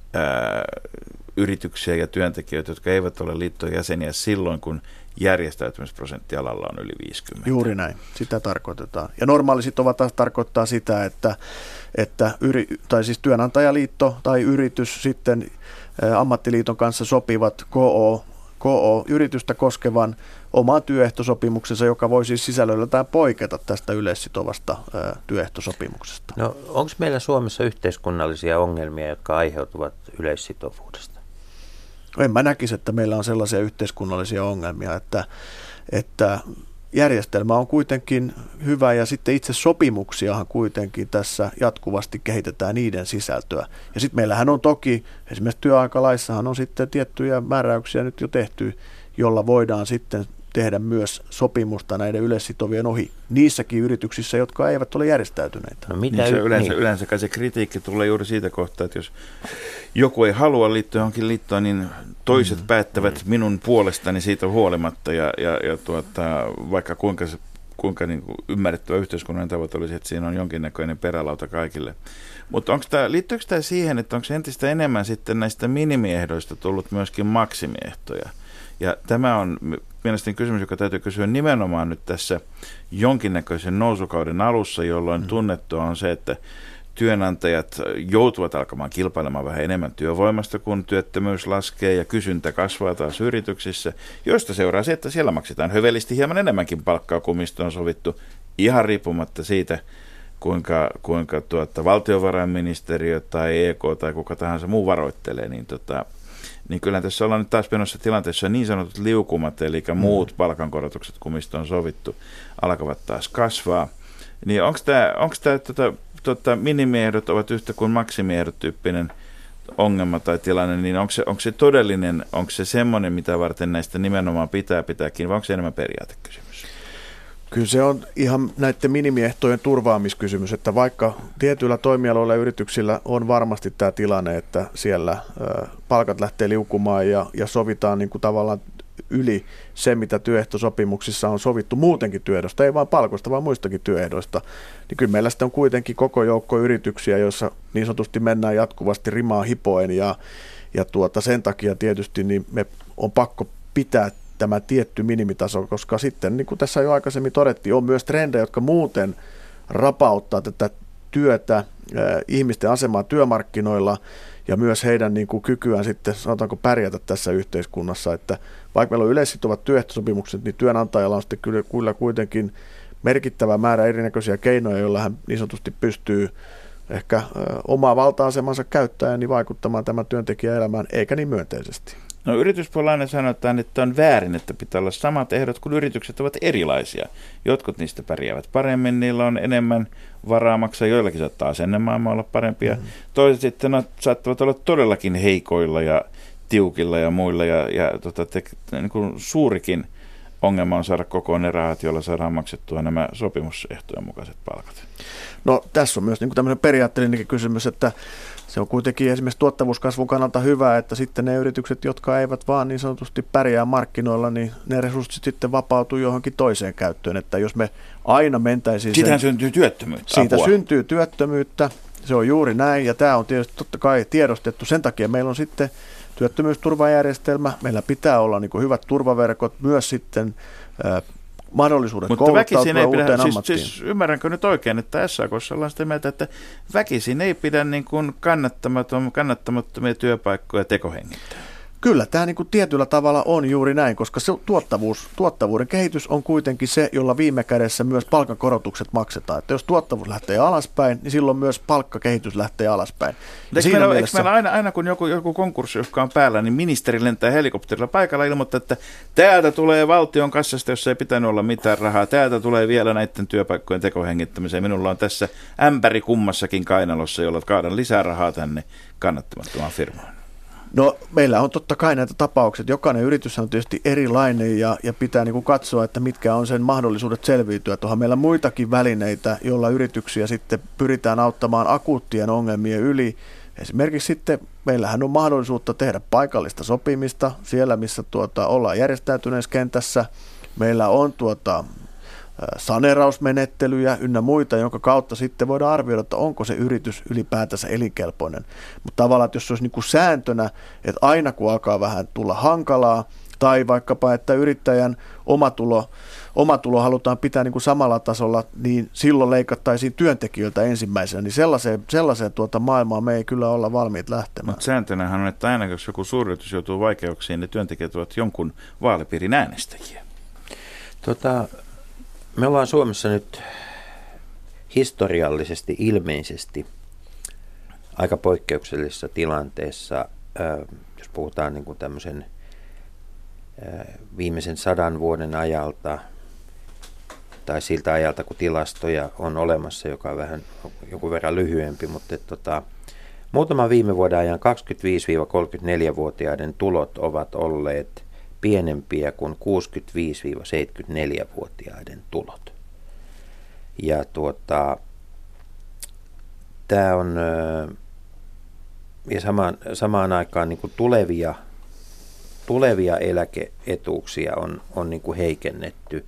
yrityksiä ja työntekijöitä, jotka eivät ole liittojen jäseniä silloin, kun järjestäytymisprosentti alalla on yli 50. Juuri näin, sitä tarkoitetaan. Ja normaali sitova taas tarkoittaa sitä, että siis työnantajaliitto tai yritys sitten ammattiliiton kanssa sopivat KO-yritystä koskevan omaa työehtosopimuksensa, joka voi siis sisällöltään poiketa tästä yleissitovasta työehtosopimuksesta. No, onko meillä Suomessa yhteiskunnallisia ongelmia, jotka aiheutuvat yleissitovuudesta? En mä näkisi, että meillä on sellaisia yhteiskunnallisia ongelmia, että järjestelmä on kuitenkin hyvä ja sitten itse sopimuksiahan kuitenkin tässä jatkuvasti kehitetään niiden sisältöä. Ja sitten meillähän on toki, esimerkiksi työaikalaissahan on sitten tiettyjä määräyksiä nyt jo tehty, jolla voidaan sitten tehdä myös sopimusta näiden yleissitovien ohi niissäkin yrityksissä, jotka eivät ole järjestäytyneitä. No mitä yleensä se kritiikki tulee juuri siitä kohtaa, että jos joku ei halua liittyä johonkin liittoon, niin toiset päättävät minun puolestani siitä huolimatta ja vaikka kuinka niin kuin ymmärrettävä yhteiskunnan tavoite olisi, että siinä on jonkinnäköinen perälauta kaikille. Mutta liittyykö tämä siihen, että onko entistä enemmän sitten näistä minimiehdoista tullut myöskin maksimiehtoja? Ja tämä on mielestäni kysymys, joka täytyy kysyä nimenomaan nyt tässä jonkinnäköisen nousukauden alussa, jolloin tunnettua on se, että työnantajat joutuvat alkamaan kilpailemaan vähän enemmän työvoimasta, kun työttömyys laskee ja kysyntä kasvaa taas yrityksissä, josta seuraa se, että siellä maksetaan hövelisti hieman enemmänkin palkkaa kuin mistä on sovittu, ihan riippumatta siitä, kuinka valtiovarainministeriö tai EK tai kuka tahansa muu varoittelee, niin kyllä tässä ollaan nyt taas menossa tilanteessa, niin sanotut liukumat, eli muut palkankorotukset, kuin mistä on sovittu, alkavat taas kasvaa. Niin onko tämä minimiehdot ovat yhtä kuin maksimiehdot tyyppinen ongelma tai tilanne, niin onko se todellinen, onko se semmoinen, mitä varten näistä nimenomaan pitääkin, vai onko se enemmän periaatekysymys? Kyllä se on ihan näiden minimiehtojen turvaamiskysymys, että vaikka tietyillä toimialoilla ja yrityksillä on varmasti tämä tilanne, että siellä palkat lähtee liukumaan ja sovitaan niin kuin tavallaan yli se, mitä työehtosopimuksissa on sovittu muutenkin työehdosta, ei vain palkoista, vaan muistakin työehdoista, niin kyllä meillä sitten on kuitenkin koko joukko yrityksiä, joissa niin sanotusti mennään jatkuvasti rimaa hipoen ja sen takia tietysti niin me on pakko pitää tämä tietty minimitaso, koska sitten, niin kuin tässä jo aikaisemmin todettiin, on myös trendejä, jotka muuten rapauttaa tätä työtä, ihmisten asemaa työmarkkinoilla ja myös heidän niin kuin kykyään sitten, sanotaanko, pärjätä tässä yhteiskunnassa, että vaikka meillä on yleissitovat työehtosopimukset, niin työnantajalla on sitten kyllä kuitenkin merkittävä määrä erinäköisiä keinoja, joilla hän niin sanotusti pystyy ehkä omaa valta-asemansa käyttäen niin vaikuttamaan tämän työntekijän elämään, eikä niin myönteisesti. No yrityspuolella aina sanotaan, että on väärin, että pitää olla samat ehdot, kun yritykset ovat erilaisia. Jotkut niistä pärjäävät paremmin, niillä on enemmän varaa maksaa, joillakin saattaa asennemaailma olla parempia. Toiset sitten saattavat olla todellakin heikoilla ja tiukilla ja muilla niin kuin suurikin ongelma on saada kokoon ne rahat, joilla saadaan maksettua nämä sopimusehtojen mukaiset palkat. No tässä on myös niin kuin tämmöinen periaatteellinenkin kysymys, että se on kuitenkin esimerkiksi tuottavuuskasvun kannalta hyvä, että sitten ne yritykset, jotka eivät vaan niin sanotusti pärjää markkinoilla, niin ne resurssit sitten vapautuu johonkin toiseen käyttöön. Että jos me aina mentäisiin... Siitähän syntyy työttömyyttä. Siitä syntyy työttömyyttä, se on juuri näin, ja tämä on tietysti totta kai tiedostettu. Sen takia meillä on sitten työttömyysturvajärjestelmä, meillä pitää olla niin kuin hyvät turvaverkot, myös sitten mahdollisuudet kouluttautua uuteen ammattiin. Siis ymmärränkö nyt oikein, että SAK:ssa ollaan sitä mieltä, että väkisin ei pidä niin kuin kannattamattomia työpaikkoja tekohengittää? Kyllä, tämä niin kuin tietyllä tavalla on juuri näin, koska se tuottavuuden kehitys on kuitenkin se, jolla viime kädessä myös palkankorotukset maksetaan. Että jos tuottavuus lähtee alaspäin, niin silloin myös palkkakehitys lähtee alaspäin. Eikö meillä aina kun joku konkurssi, joka on päällä, niin ministeri lentää helikopterilla paikalla ilmoittaa, että täältä tulee valtion kassasta, jossa ei pitänyt olla mitään rahaa, täältä tulee vielä näiden työpaikkojen tekohengittämiseen. Minulla on tässä ämpäri kummassakin kainalossa, jolla kaadan lisää rahaa tänne kannattamattomaan firmaan. No meillä on totta kai näitä tapauksia, jokainen yritys on tietysti erilainen ja pitää niin kuin katsoa, että mitkä on sen mahdollisuudet selviytyä. Tuohon meillä on muitakin välineitä, joilla yrityksiä sitten pyritään auttamaan akuuttien ongelmien yli. Esimerkiksi sitten meillähän on mahdollisuutta tehdä paikallista sopimista siellä, missä ollaan järjestäytyneessä kentässä. Meillä on saneerausmenettelyjä ynnä muita, jonka kautta sitten voidaan arvioida, että onko se yritys ylipäätänsä elinkelpoinen. Mutta tavallaan, että jos se olisi niin kuin sääntönä, että aina kun alkaa vähän tulla hankalaa, tai vaikkapa, että yrittäjän omatulo halutaan pitää niin kuin samalla tasolla, niin silloin leikattaisiin työntekijöiltä ensimmäisenä. Niin sellaiseen maailmaan me ei kyllä olla valmiit lähtemään. Mutta sääntönähän on, että aina jos joku suuryritys joutuu vaikeuksiin, niin työntekijät ovat jonkun vaalipiirin äänestäjiä. Me ollaan Suomessa nyt historiallisesti ilmeisesti aika poikkeuksellisessa tilanteessa. jos puhutaan niin kuin tämmöisen viimeisen 100 vuoden ajalta, tai siltä ajalta, kun tilastoja on olemassa, joka on vähän joku verran lyhyempi, mutta muutaman viime vuoden ajan 25-34-vuotiaiden tulot ovat olleet pienempiä kuin 65-74-vuotiaiden tulot. Ja tämä on ja samaan aikaan niin kuin tulevia eläke-etuuksia on niin kuin heikennetty.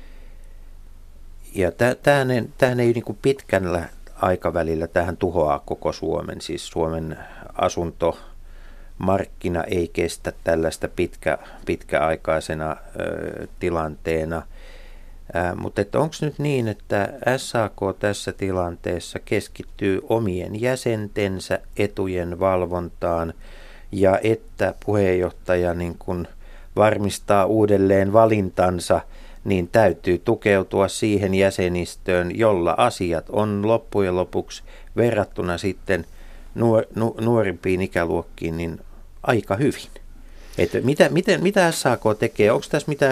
Ja tämähän ei niin kuin pitkällä aikavälillä tähän tuhoaa koko Suomen. Siis Suomen asuntomarkkina ei kestä tällaista pitkäaikaisena tilanteena. Mutta onko nyt niin, että SAK tässä tilanteessa keskittyy omien jäsentensä etujen valvontaan ja että puheenjohtaja niin kun varmistaa uudelleen valintansa, niin täytyy tukeutua siihen jäsenistöön, jolla asiat on loppujen lopuksi verrattuna sitten nuorimpiin ikäluokkiin niin aika hyvin. Että mitä SAK tekee? Onko tässä mitään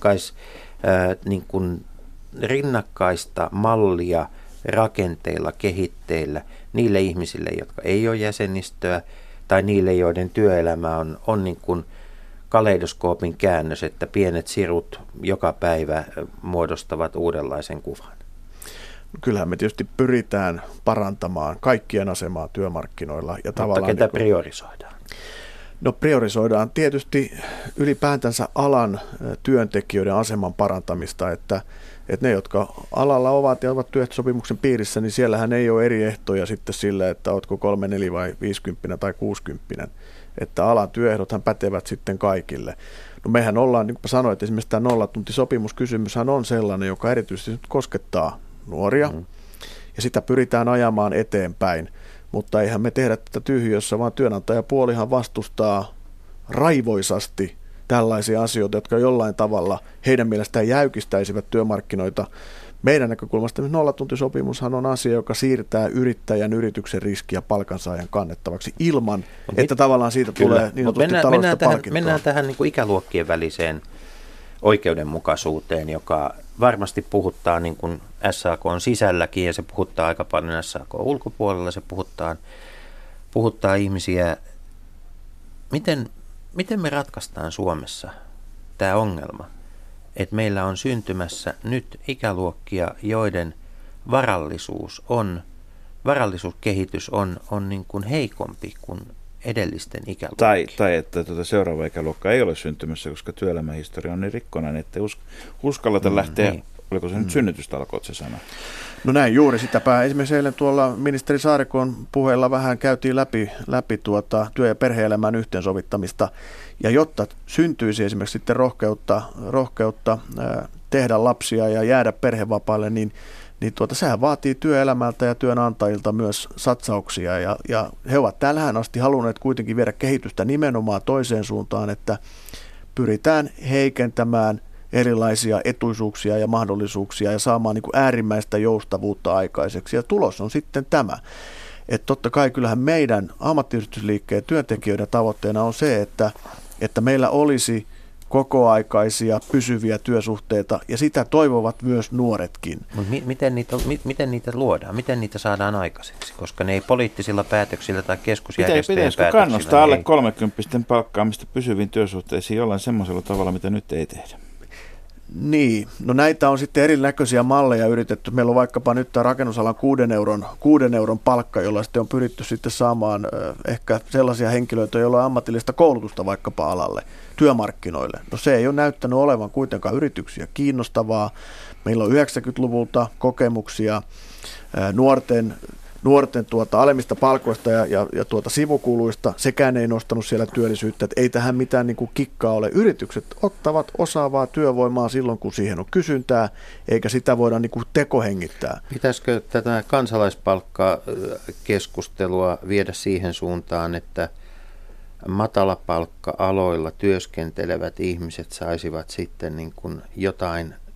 rinnakkaista mallia rakenteilla, kehitteillä niille ihmisille, jotka ei ole jäsenistöä, tai niille, joiden työelämä on niin kuin kaleidoskoopin käännös, että pienet sirut joka päivä muodostavat uudenlaisen kuvan? Kyllähän me tietysti pyritään parantamaan kaikkien asemaa työmarkkinoilla. Ja mutta ketä priorisoidaan? No priorisoidaan tietysti ylipäätänsä alan työntekijöiden aseman parantamista, että ne, jotka alalla ovat ja ovat työehtosopimuksen piirissä, niin siellähän ei ole eri ehtoja sitten sillä, että oletko 3, 4 vai 50 tai 60. Että alan työehdothan pätevät sitten kaikille. No mehän ollaan, niin kuin sanoin, että esimerkiksi tämä nollatuntisopimuskysymyshän on sellainen, joka erityisesti nyt koskettaa nuoria, ja sitä pyritään ajamaan eteenpäin. Mutta eihän me tehdä tätä tyhjössä, vaan työnantajapuolihan vastustaa raivoisasti tällaisia asioita, jotka jollain tavalla heidän mielestään jäykistäisivät työmarkkinoita. Meidän näkökulmasta nollatuntisopimushan on asia, joka siirtää yrityksen riskiä palkansaajan kannettavaksi ilman, että tavallaan siitä tulee niin sanotusti taloudellista palkintoa. Mennään tähän niin kuin ikäluokkien väliseen oikeudenmukaisuuteen, joka varmasti puhuttaa niin kuin SAK on sisälläkin ja se puhuttaa aika paljon SAK ulkopuolella, se puhuttaa ihmisiä. Miten me ratkaistaan Suomessa tämä ongelma, että meillä on syntymässä nyt ikäluokkia, joiden varallisuuskehitys on niin kuin heikompi kuin edellisten ikäluokkien. Tai että seuraava ikäluokka ei ole syntymässä, koska työelämähistoria on niin rikkonainen, että uskalleta lähteä, niin. Oliko se nyt synnytystalkoot se sana? No näin juuri sitäpä. Esimerkiksi eilen tuolla ministeri Saarikon puheella vähän käytiin läpi työ- ja perhe-elämän yhteensovittamista. Ja jotta syntyisi esimerkiksi sitten rohkeutta tehdä lapsia ja jäädä perhevapaalle, niin sehän vaatii työelämältä ja työnantajilta myös satsauksia. Ja he ovat tähän asti halunneet kuitenkin viedä kehitystä nimenomaan toiseen suuntaan, että pyritään heikentämään erilaisia etuisuuksia ja mahdollisuuksia ja saamaan niin kuin äärimmäistä joustavuutta aikaiseksi. Ja tulos on sitten tämä. Että totta kai kyllähän meidän ammattiyhdistysliikkeen työntekijöiden tavoitteena on se, että meillä olisi kokoaikaisia, pysyviä työsuhteita, ja sitä toivovat myös nuoretkin. Miten niitä luodaan? Miten niitä saadaan aikaiseksi? Koska ne ei poliittisilla päätöksillä tai keskusjärjestöjen päätöksillä. Pitäisikö kannustaa alle 30 palkkaamista pysyviin työsuhteisiin jollain semmoisella tavalla, mitä nyt ei tehdä? Niin, no näitä on sitten erinäköisiä malleja yritetty. Meillä on vaikkapa nyt tämä rakennusalan 6 euron palkka, jolla sitten on pyritty sitten saamaan ehkä sellaisia henkilöitä, joilla on ammatillista koulutusta vaikkapa alalle, työmarkkinoille. No se ei ole näyttänyt olevan kuitenkaan yrityksiä kiinnostavaa. Meillä on 90-luvulta kokemuksia nuorten alemmista palkoista ja sivukuluista. Sekään ei nostanut siellä työllisyyttä, että ei tähän mitään niin kuin kikkaa ole. Yritykset ottavat osaavaa työvoimaa silloin, kun siihen on kysyntää, eikä sitä voida niin kuin tekohengittää. Pitäisikö tätä kansalaispalkkakeskustelua viedä siihen suuntaan, että matalapalkka-aloilla työskentelevät ihmiset saisivat sitten niin kuin jotain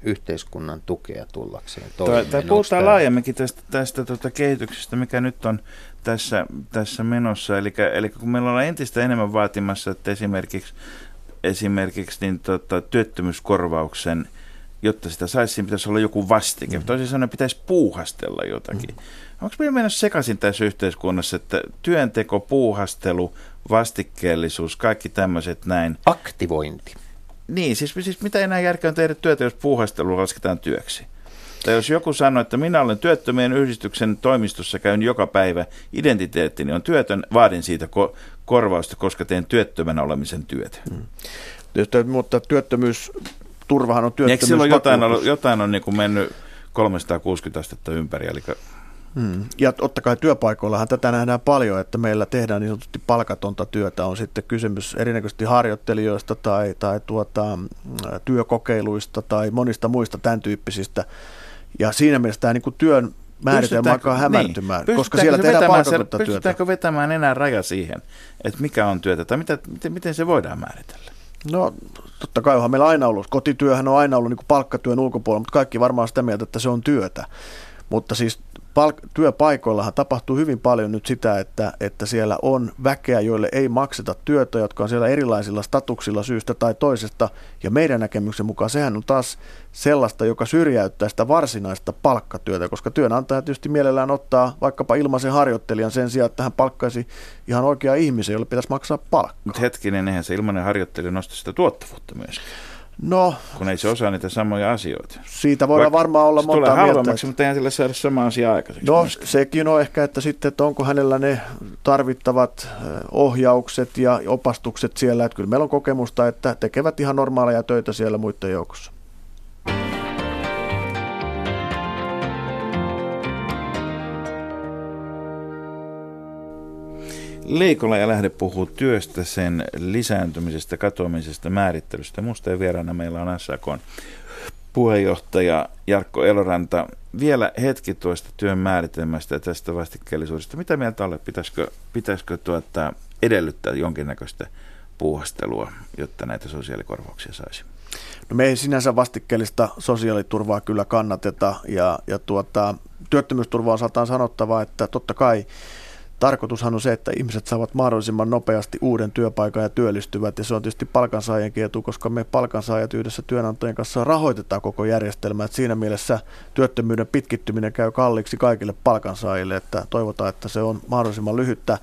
yhteiskunnan tukea tullakseen toimeen. Tai puhutaan laajemminkin tästä kehityksestä, mikä nyt on tässä menossa. Eli kun meillä ollaan entistä enemmän vaatimassa, että esimerkiksi niin työttömyyskorvauksen, jotta sitä saisi, siinä pitäisi olla joku vastike. Toisin sanoen pitäisi puuhastella jotakin. Onko meillä mennä sekaisin tässä yhteiskunnassa, että työnteko, puuhastelu, vastikkeellisuus, kaikki tämmöiset näin. Aktivointi. Niin, siis mitä enää järkeä on tehdä työtä, jos puuhastelu lasketaan työksi? Tai jos joku sanoo, että minä olen työttömien yhdistyksen toimistossa, käyn joka päivä, identiteettini on työtön, vaadin siitä korvausta, koska teen työttömänä olemisen työtä. Mutta työttömyysturvahan on työttömyysvakuutus. Eikö silloin jotain on niin kuin mennyt 360 astetta ympäri? Eli Ja totta kai työpaikoillahan tätä nähdään paljon, että meillä tehdään niin sanotusti palkatonta työtä. On sitten kysymys erinäköisesti harjoittelijoista tai työkokeiluista tai monista muista tämän tyyppisistä. Ja siinä mielessä tämä niin kuin työn määritelmä alkaa hämärtymään, koska siellä tehdään palkatonta työtä. Pystytäänkö vetämään enää raja siihen, että mikä on työtä tai miten se voidaan määritellä? No totta kai onhan meillä aina ollut. Kotityöhän on aina ollut niin kuin palkkatyön ulkopuolella, mutta kaikki varmaan sitä mieltä, että se on työtä. Mutta siis työpaikoillahan tapahtuu hyvin paljon nyt sitä, että siellä on väkeä, joille ei makseta työtä, jotka on siellä erilaisilla statuksilla syystä tai toisesta. Ja meidän näkemyksen mukaan sehän on taas sellaista, joka syrjäyttää sitä varsinaista palkkatyötä, koska työnantaja tietysti mielellään ottaa vaikkapa ilmaisen harjoittelijan sen sijaan, että hän palkkaisi ihan oikea ihmisen, jolle pitäisi maksaa palkkaa. Mutta hetkinen, eihän se ilmainen harjoittelija nosta sitä tuottavuutta myöskin. No, kun ei se osaa niitä samoja asioita. Siitä voidaan varmaan olla monta mieltä. Se tulee halvemmaksi, mutta eihän sillä saada sama asia aikaiseksi. No myöskin. Sekin on ehkä, että sitten, että onko hänellä ne tarvittavat ohjaukset ja opastukset siellä. Että kyllä meillä on kokemusta, että tekevät ihan normaaleja töitä siellä muiden joukossa. Leikola ja Lähde puhuu työstä, sen lisääntymisestä, katoamisesta, määrittelystä. Musta vieraana meillä on SAK:n puheenjohtaja Jarkko Eloranta. Vielä hetki tuosta työn määritelmästä ja tästä vastikkeellisuudesta. Mitä mieltä olet? Pitäisikö edellyttää jonkinnäköistä puuhastelua, jotta näitä sosiaalikorvauksia saisi? No me ei sinänsä vastikkeellista sosiaaliturvaa kyllä kannateta ja työttömyysturva osaltaan sanottava, että totta kai tarkoitushan on se, että ihmiset saavat mahdollisimman nopeasti uuden työpaikan ja työllistyvät, ja se on tietysti palkansaajienkin etu, koska me palkansaajat yhdessä työnantajien kanssa rahoitetaan koko järjestelmä, että siinä mielessä työttömyyden pitkittyminen käy kalliiksi kaikille palkansaajille, että toivotaan, että se on mahdollisimman lyhyttä.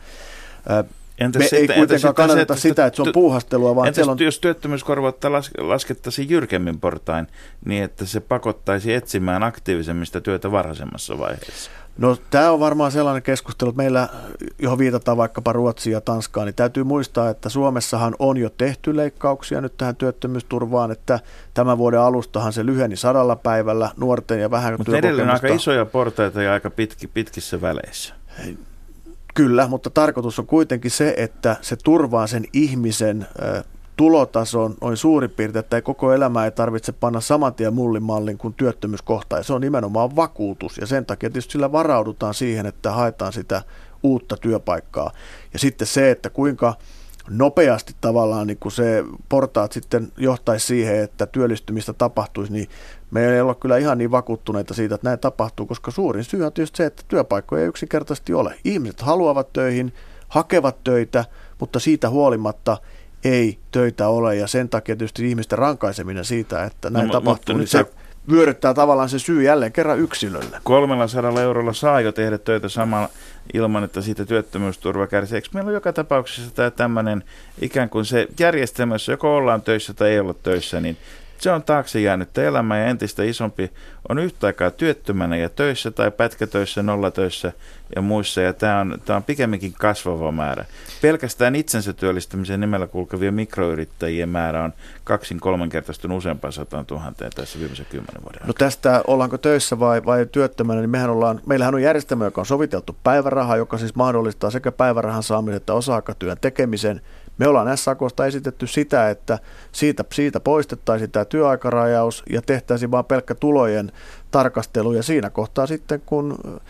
Me ei kuitenkaan kannata sitä, että se on puuhastelua, vaan entäs jos työttömyyskorvautta laskettaisiin jyrkemmin portain, niin että se pakottaisi etsimään aktiivisemmista työtä varhaisemmassa vaiheessa? No tämä on varmaan sellainen keskustelu, että meillä, johon viitataan vaikkapa Ruotsia ja Tanskaa, niin täytyy muistaa, että Suomessahan on jo tehty leikkauksia nyt tähän työttömyysturvaan, että tämän vuoden alustahan se lyheni 100 päivällä nuorten ja vähän työkokemusta. Mutta edelleen aika isoja portaita ja aika pitkissä väleissä. Kyllä, mutta tarkoitus on kuitenkin se, että se turvaa sen ihmisen tulotason noin suurin piirtein, että koko elämää ei tarvitse panna saman tien mullimallin kuin työttömyys kohtaa. Ja se on nimenomaan vakuutus ja sen takia tietysti sillä varaudutaan siihen, että haetaan sitä uutta työpaikkaa. Ja sitten se, että kuinka nopeasti tavallaan niin kun se portaat sitten johtaisi siihen, että työllistymistä tapahtuisi, niin me ei olla kyllä ihan niin vakuuttuneita siitä, että näin tapahtuu, koska suurin syy on tietysti se, että työpaikkoja ei yksinkertaisesti ole. Ihmiset haluavat töihin, hakevat töitä, mutta siitä huolimatta ei töitä ole, ja sen takia tietysti ihmisten rankaiseminen siitä, että näin tapahtuu, niin se vyöryttää tavallaan se syy jälleen kerran yksilölle. 300 eurolla saa jo tehdä töitä samalla ilman, että siitä työttömyysturva kärsii. Eikö meillä on joka tapauksessa tämä tämmöinen ikään kuin se järjestelmä, jossa joko ollaan töissä tai ei olla töissä, niin se on taakse jäänyt elämä ja entistä isompi on yhtä aikaa työttömänä ja töissä tai pätkätöissä, nollatöissä ja muissa. Ja tämä on pikemminkin kasvava määrä. Pelkästään itsensä työllistämisen nimellä kulkevien mikroyrittäjien määrä on 2-3-kertaistunut useampaan 100 000 tässä viimeisen 10 vuoden aikana. No tästä ollaanko töissä vai työttömänä, niin meillähän on järjestelmä, joka on soviteltu päiväraha, joka siis mahdollistaa sekä päivärahan saamisen että osa-aikatyön tekemisen. Me ollaan SAK:sta esitetty sitä, että siitä poistettaisiin tämä työaikarajaus ja tehtäisiin vain pelkkä tulojen tarkastelu. Ja siinä kohtaa sitten, kun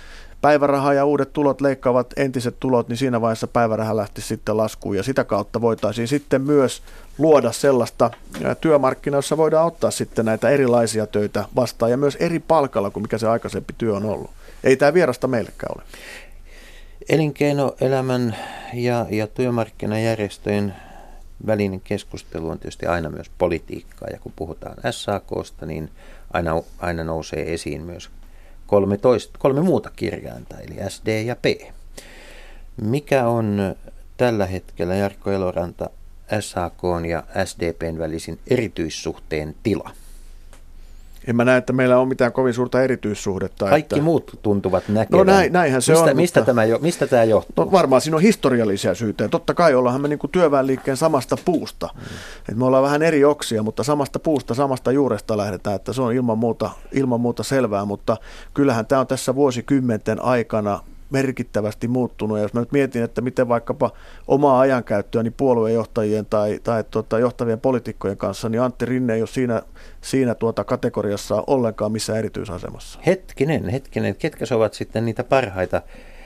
päiväraha ja uudet tulot leikkaavat entiset tulot, niin siinä vaiheessa päiväraha lähti sitten laskuun. Ja sitä kautta voitaisiin sitten myös luoda sellaista työmarkkinaa, jossa voidaan ottaa sitten näitä erilaisia töitä vastaan ja myös eri palkalla kuin mikä se aikaisempi työ on ollut. Ei tämä vierasta meillekään ole. Elinkeinoelämän ja työmarkkinajärjestöjen välinen keskustelu on tietysti aina myös politiikkaa, ja kun puhutaan SAK:sta, niin aina nousee esiin myös kolme muuta kirjainta, eli SD ja P. Mikä on tällä hetkellä, Jarkko Eloranta, SAK:n ja SDP:n välisin erityissuhteen tila? En mä näe, että meillä on mitään kovin suurta erityissuhdetta. Kaikki muut tuntuvat näkevän. No näinhän se on. Mistä tämä johtuu? No varmaan siinä on historiallisia syitä. Totta kai ollaan me niin kuin työväenliikkeen samasta puusta. Et me ollaan vähän eri oksia, mutta samasta puusta, samasta juuresta lähdetään. Että se on ilman muuta selvää, mutta kyllähän tämä on tässä vuosikymmenten aikana merkittävästi muuttunut. Ja jos mä nyt mietin, että miten vaikkapa omaa ajankäyttöäni puoluejohtajien tai johtavien poliitikkojen kanssa, niin Antti Rinne ei ole siinä kategoriassa ollenkaan missään erityisasemassa. Hetkinen. Ketkä ovat sitten niitä parhaita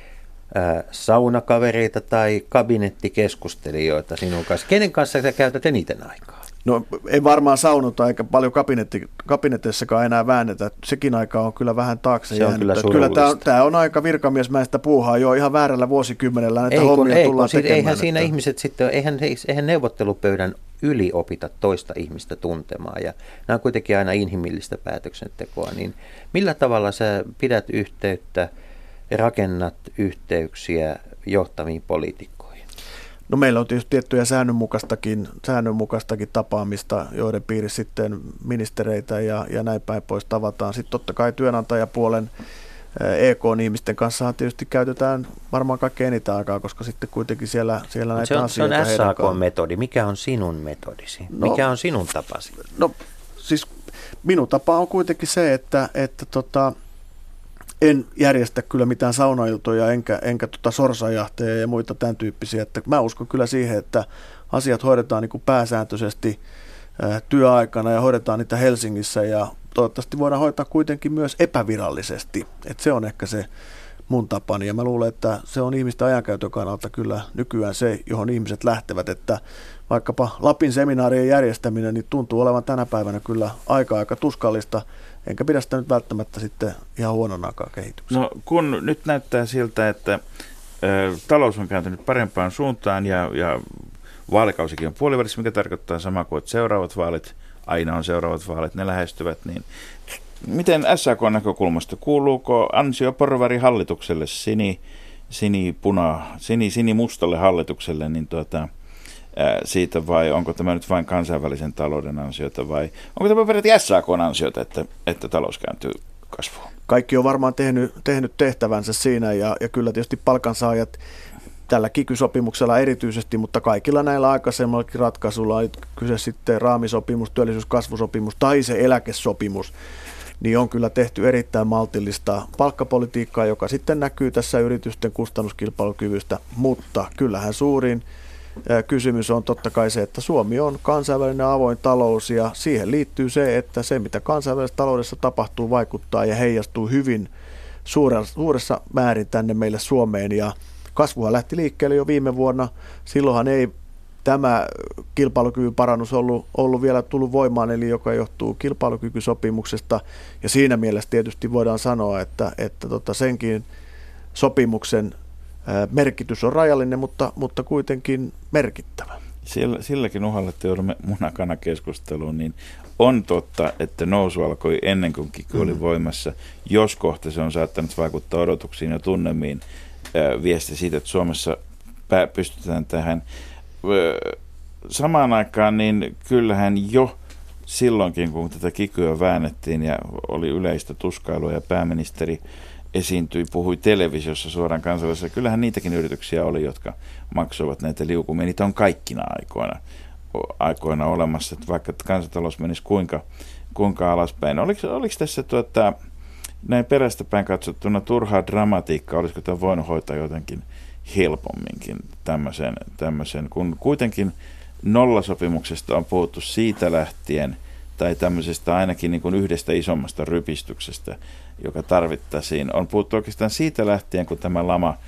saunakavereita tai kabinettikeskustelijoita sinun kanssa? Kenen kanssa sä käytät eniten aikaa? No ei varmaan saunota eikä paljon kabinetissakaan enää väännetä. Sekin aika on kyllä vähän taakse jäänyt. Kyllä tämä on aika virkamiesmäistä puuhaa jo ihan väärällä vuosikymmenellä. Näitä hommia tullaan tekemään. Eihän siinä ihmiset sitten, eihän neuvottelupöydän yli opita toista ihmistä tuntemaan. Ja nämä on kuitenkin aina inhimillistä päätöksentekoa. Niin millä tavalla sä pidät yhteyttä ja rakennat yhteyksiä johtaviin poliitikkoihin? No meillä on tietysti tiettyjä säännönmukaistakin tapaamista, joiden piirissä sitten ministereitä ja näin päin pois tavataan. Sitten totta kai työnantajapuolen EK-ihmisten kanssa tietysti käytetään varmaan kaikkein eniten aikaa, koska sitten kuitenkin siellä näitä asioita. Se on SAK-metodi. Mikä on sinun metodisi? Mikä on sinun tapasi? No siis minun tapa on kuitenkin se, että en järjestä kyllä mitään saunailtoja enkä sorsajahteja ja muita tämän tyyppisiä. Että mä uskon kyllä siihen, että asiat hoidetaan niin kuin pääsääntöisesti työaikana ja hoidetaan niitä Helsingissä ja toivottavasti voidaan hoitaa kuitenkin myös epävirallisesti. Että se on ehkä se mun tapani ja mä luulen, että se on ihmisten ajankäytön kannalta kyllä nykyään se, johon ihmiset lähtevät, että vaikkapa Lapin seminaarien järjestäminen niin tuntuu olevan tänä päivänä kyllä aika tuskallista. Enkä pidä sitä nyt välttämättä sitten ihan huononakaan kehityksen. No kun nyt näyttää siltä, että talous on kääntynyt parempaan suuntaan ja vaalikausikin on puolivälissä, mikä tarkoittaa samaa kuin että seuraavat vaalit, aina on seuraavat vaalit, ne lähestyvät, niin miten SAK-näkökulmasta kuuluuko ansioporvari hallitukselle, sinimustalle hallitukselle, niin siitä vai onko tämä nyt vain kansainvälisen talouden ansiota vai onko tämä periaatteessa SAK:n ansiota, että talous kääntyy kasvuun? Kaikki on varmaan tehnyt tehtävänsä siinä ja kyllä tietysti palkansaajat tällä kiky-sopimuksella erityisesti, mutta kaikilla näillä aikaisemmillakin ratkaisuilla on kyse sitten raamisopimus, työllisyyskasvusopimus tai se eläkesopimus, niin on kyllä tehty erittäin maltillista palkkapolitiikkaa, joka sitten näkyy tässä yritysten kustannuskilpailukyvystä, mutta kyllähän suurin kysymys on totta kai se, että Suomi on kansainvälinen avoin talous ja siihen liittyy se, että se mitä kansainvälisessä taloudessa tapahtuu vaikuttaa ja heijastuu hyvin suuressa määrin tänne meille Suomeen ja kasvuhan lähti liikkeelle jo viime vuonna. Silloinhan ei tämä kilpailukyvyn parannus ollut vielä tullut voimaan, eli joka johtuu kilpailukykysopimuksesta ja siinä mielessä tietysti voidaan sanoa, että senkin sopimuksen merkitys on rajallinen, mutta kuitenkin merkittävä. Silläkin uhalla, että joudumme munakana-keskusteluun, niin on totta, että nousu alkoi ennen kuin kiky oli voimassa. Jos kohta se on saattanut vaikuttaa odotuksiin ja tunnelmiin, viesti siitä, että Suomessa pystytään tähän. Samaan aikaan, niin kyllähän jo silloinkin, kun tätä kikyä väännettiin ja oli yleistä tuskailua ja pääministeri esiintyi, puhui televisiossa suoraan kansallisessa. Kyllähän niitäkin yrityksiä oli, jotka maksoivat näitä liukumia. Niitä on kaikkina aikoina olemassa, että vaikka kansantalous menisi kuinka alaspäin. Oliko tässä näin perästäpäin katsottuna turhaa dramatiikkaa? Olisiko tämä voinut hoitaa jotenkin helpomminkin tämmöisen, kun kuitenkin nollasopimuksesta on puhuttu siitä lähtien, tai tämmöisestä ainakin niin kuin yhdestä isommasta rypistyksestä, joka tarvittaisiin. On puhuttu oikeastaan siitä lähtien, kun tämä lama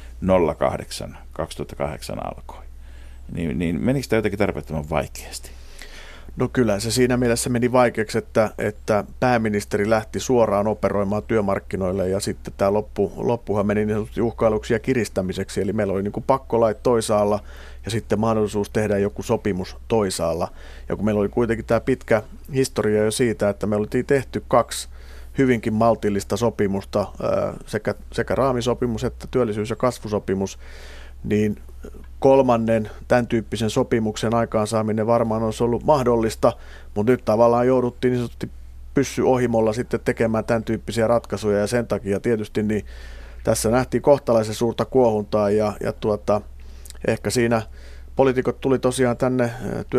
2008 alkoi. Niin menikö tämä jotenkin tarpeettoman vaikeasti? No kyllä se siinä mielessä meni vaikeaksi, että pääministeri lähti suoraan operoimaan työmarkkinoille ja sitten tämä loppuhan meni niin sanotusti uhkailuksi ja kiristämiseksi. Eli meillä oli niin kuin pakkolait toisaalla ja sitten mahdollisuus tehdä joku sopimus toisaalla. Ja kun meillä oli kuitenkin tämä pitkä historia jo siitä, että me oltiin tehty 2 hyvinkin maltillista sopimusta, sekä raamisopimus että työllisyys- ja kasvusopimus, niin 3. tämän tyyppisen sopimuksen aikaansaaminen varmaan olisi ollut mahdollista, mutta nyt tavallaan jouduttiin niin sanotusti pyssyohimolla sitten tekemään tämän tyyppisiä ratkaisuja ja sen takia tietysti niin tässä nähtiin kohtalaisen suurta kuohuntaa ja ehkä siinä poliitikot tuli tosiaan tänne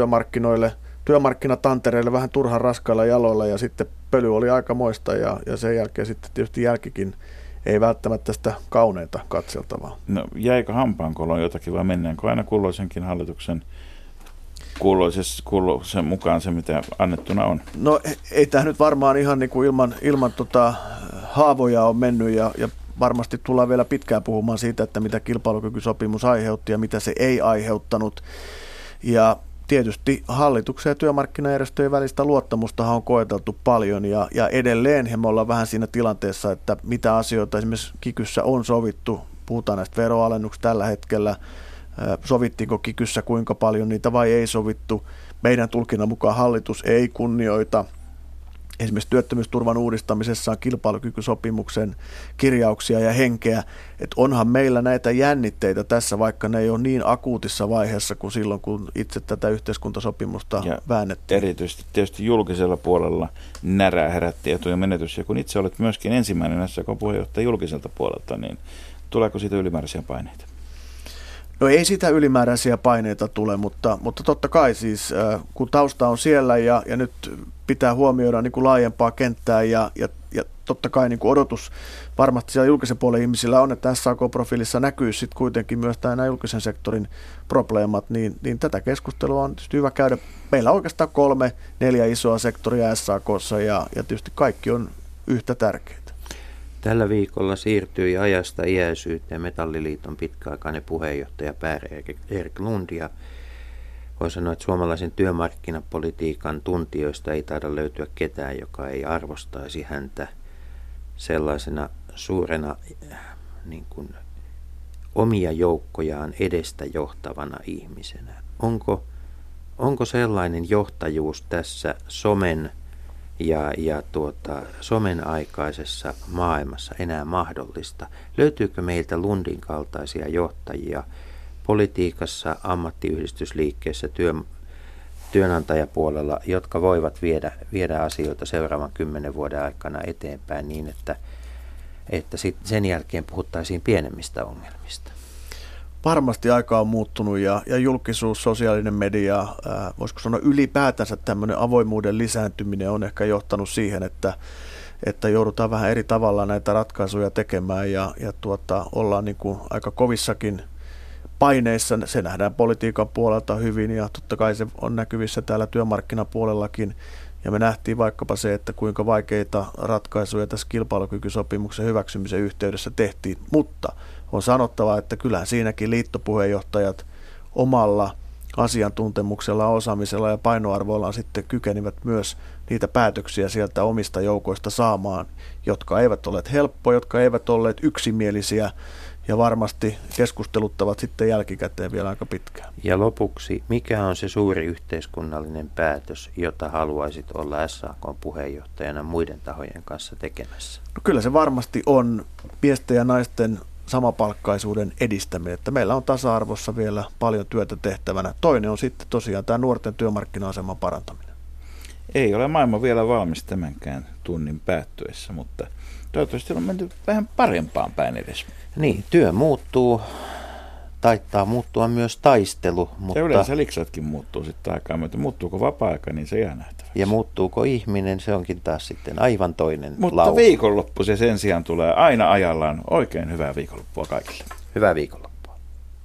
työmarkkinatantereille vähän turhan raskailla jaloilla ja sitten pöly oli aikamoista ja sen jälkeen sitten tietysti jälkikin ei välttämättä sitä kauneinta katseltavaa. No jäikö hampaankoloon jotakin vai mennäänkö aina kulloisenkin hallituksen kuuluisen mukaan se, mitä annettuna on? No ei tämä nyt varmaan ihan niin kuin ilman haavoja on mennyt ja varmasti tullaan vielä pitkään puhumaan siitä, että mitä kilpailukykysopimus aiheutti ja mitä se ei aiheuttanut. Ja tietysti hallituksen ja työmarkkinajärjestöjen välistä luottamustahan on koeteltu paljon ja edelleen me ollaan vähän siinä tilanteessa, että mitä asioita esimerkiksi kikyssä on sovittu. Puhutaan näistä veroalennuksista tällä hetkellä. Sovittiinko kikyssä kuinka paljon niitä vai ei sovittu. Meidän tulkinnan mukaan hallitus ei kunnioita esimerkiksi työttömyysturvan uudistamisessa on kilpailukykysopimuksen kirjauksia ja henkeä, että onhan meillä näitä jännitteitä tässä, vaikka ne ei ole niin akuutissa vaiheessa kuin silloin, kun itse tätä yhteiskuntasopimusta väännettiin. Erityisesti tietysti julkisella puolella närää herätti etujen menetys, ja kun itse olet myöskin ensimmäinen SAK-puheenjohtaja julkiselta puolelta, niin tuleeko siitä ylimääräisiä paineita? No ei sitä ylimääräisiä paineita tule, mutta totta kai siis, kun tausta on siellä ja nyt pitää huomioida niin kuin laajempaa kenttää ja totta kai niin kuin odotus varmasti siellä julkisen puolen ihmisillä on, että SAK-profiilissa näkyy sitten kuitenkin myös nämä julkisen sektorin probleemat, niin tätä keskustelua on tietysti hyvä käydä. Meillä on oikeastaan 3-4 isoa sektoria SAK:ssa ja tietysti kaikki on yhtä tärkeitä. Tällä viikolla siirtyi ajasta iäisyyteen Metalliliiton pitkäaikainen puheenjohtaja Per-Erik Lund ja voi sanoa, että suomalaisen työmarkkinapolitiikan tuntijoista ei taida löytyä ketään, joka ei arvostaisi häntä sellaisena suurena niin kuin, omia joukkojaan edestä johtavana ihmisenä. Onko sellainen johtajuus tässä somen somen aikaisessa maailmassa enää mahdollista? Löytyykö meiltä Lundin kaltaisia johtajia politiikassa, ammattiyhdistysliikkeessä, työnantajapuolella, jotka voivat viedä asioita seuraavan 10 vuoden aikana eteenpäin niin, että sen jälkeen puhuttaisiin pienemmistä ongelmista? Varmasti aika on muuttunut ja julkisuus, sosiaalinen media, voisiko sanoa ylipäätänsä tämmöinen avoimuuden lisääntyminen on ehkä johtanut siihen, että joudutaan vähän eri tavalla näitä ratkaisuja tekemään ja ollaan niin kuin aika kovissakin paineissa. Se nähdään politiikan puolelta hyvin ja totta kai se on näkyvissä täällä työmarkkinapuolellakin. Ja me nähtiin vaikkapa se, että kuinka vaikeita ratkaisuja tässä kilpailukykysopimuksen hyväksymisen yhteydessä tehtiin, mutta on sanottava, että kyllähän siinäkin liittopuheenjohtajat omalla asiantuntemuksella, osaamisella ja painoarvoillaan sitten kykenivät myös niitä päätöksiä sieltä omista joukoista saamaan, jotka eivät olleet helppoja, jotka eivät olleet yksimielisiä ja varmasti keskusteluttavat sitten jälkikäteen vielä aika pitkään. Ja lopuksi, mikä on se suuri yhteiskunnallinen päätös, jota haluaisit olla SAK:n puheenjohtajana muiden tahojen kanssa tekemässä? No kyllä se varmasti on miesten ja naisten samapalkkaisuuden edistäminen, että meillä on tasa-arvossa vielä paljon työtä tehtävänä. Toinen on sitten tosiaan tämä nuorten työmarkkina-aseman parantaminen. Ei ole maailma vielä valmis tämänkään tunnin päättyessä, mutta toivottavasti on menty vähän parempaan päin edes. Niin, työ muuttuu, taittaa muuttua myös taistelu. Mutta ja yleensä liksatkin muuttuu sitten aikaa myöten. Muuttuuko vapaa-aika, niin se jää nähtäväksi. Ja muuttuuko ihminen, se onkin taas sitten aivan toinen mutta laulu. Viikonloppu se sen sijaan tulee aina ajallaan. Oikein hyvää viikonloppua kaikille. Hyvää viikonloppua.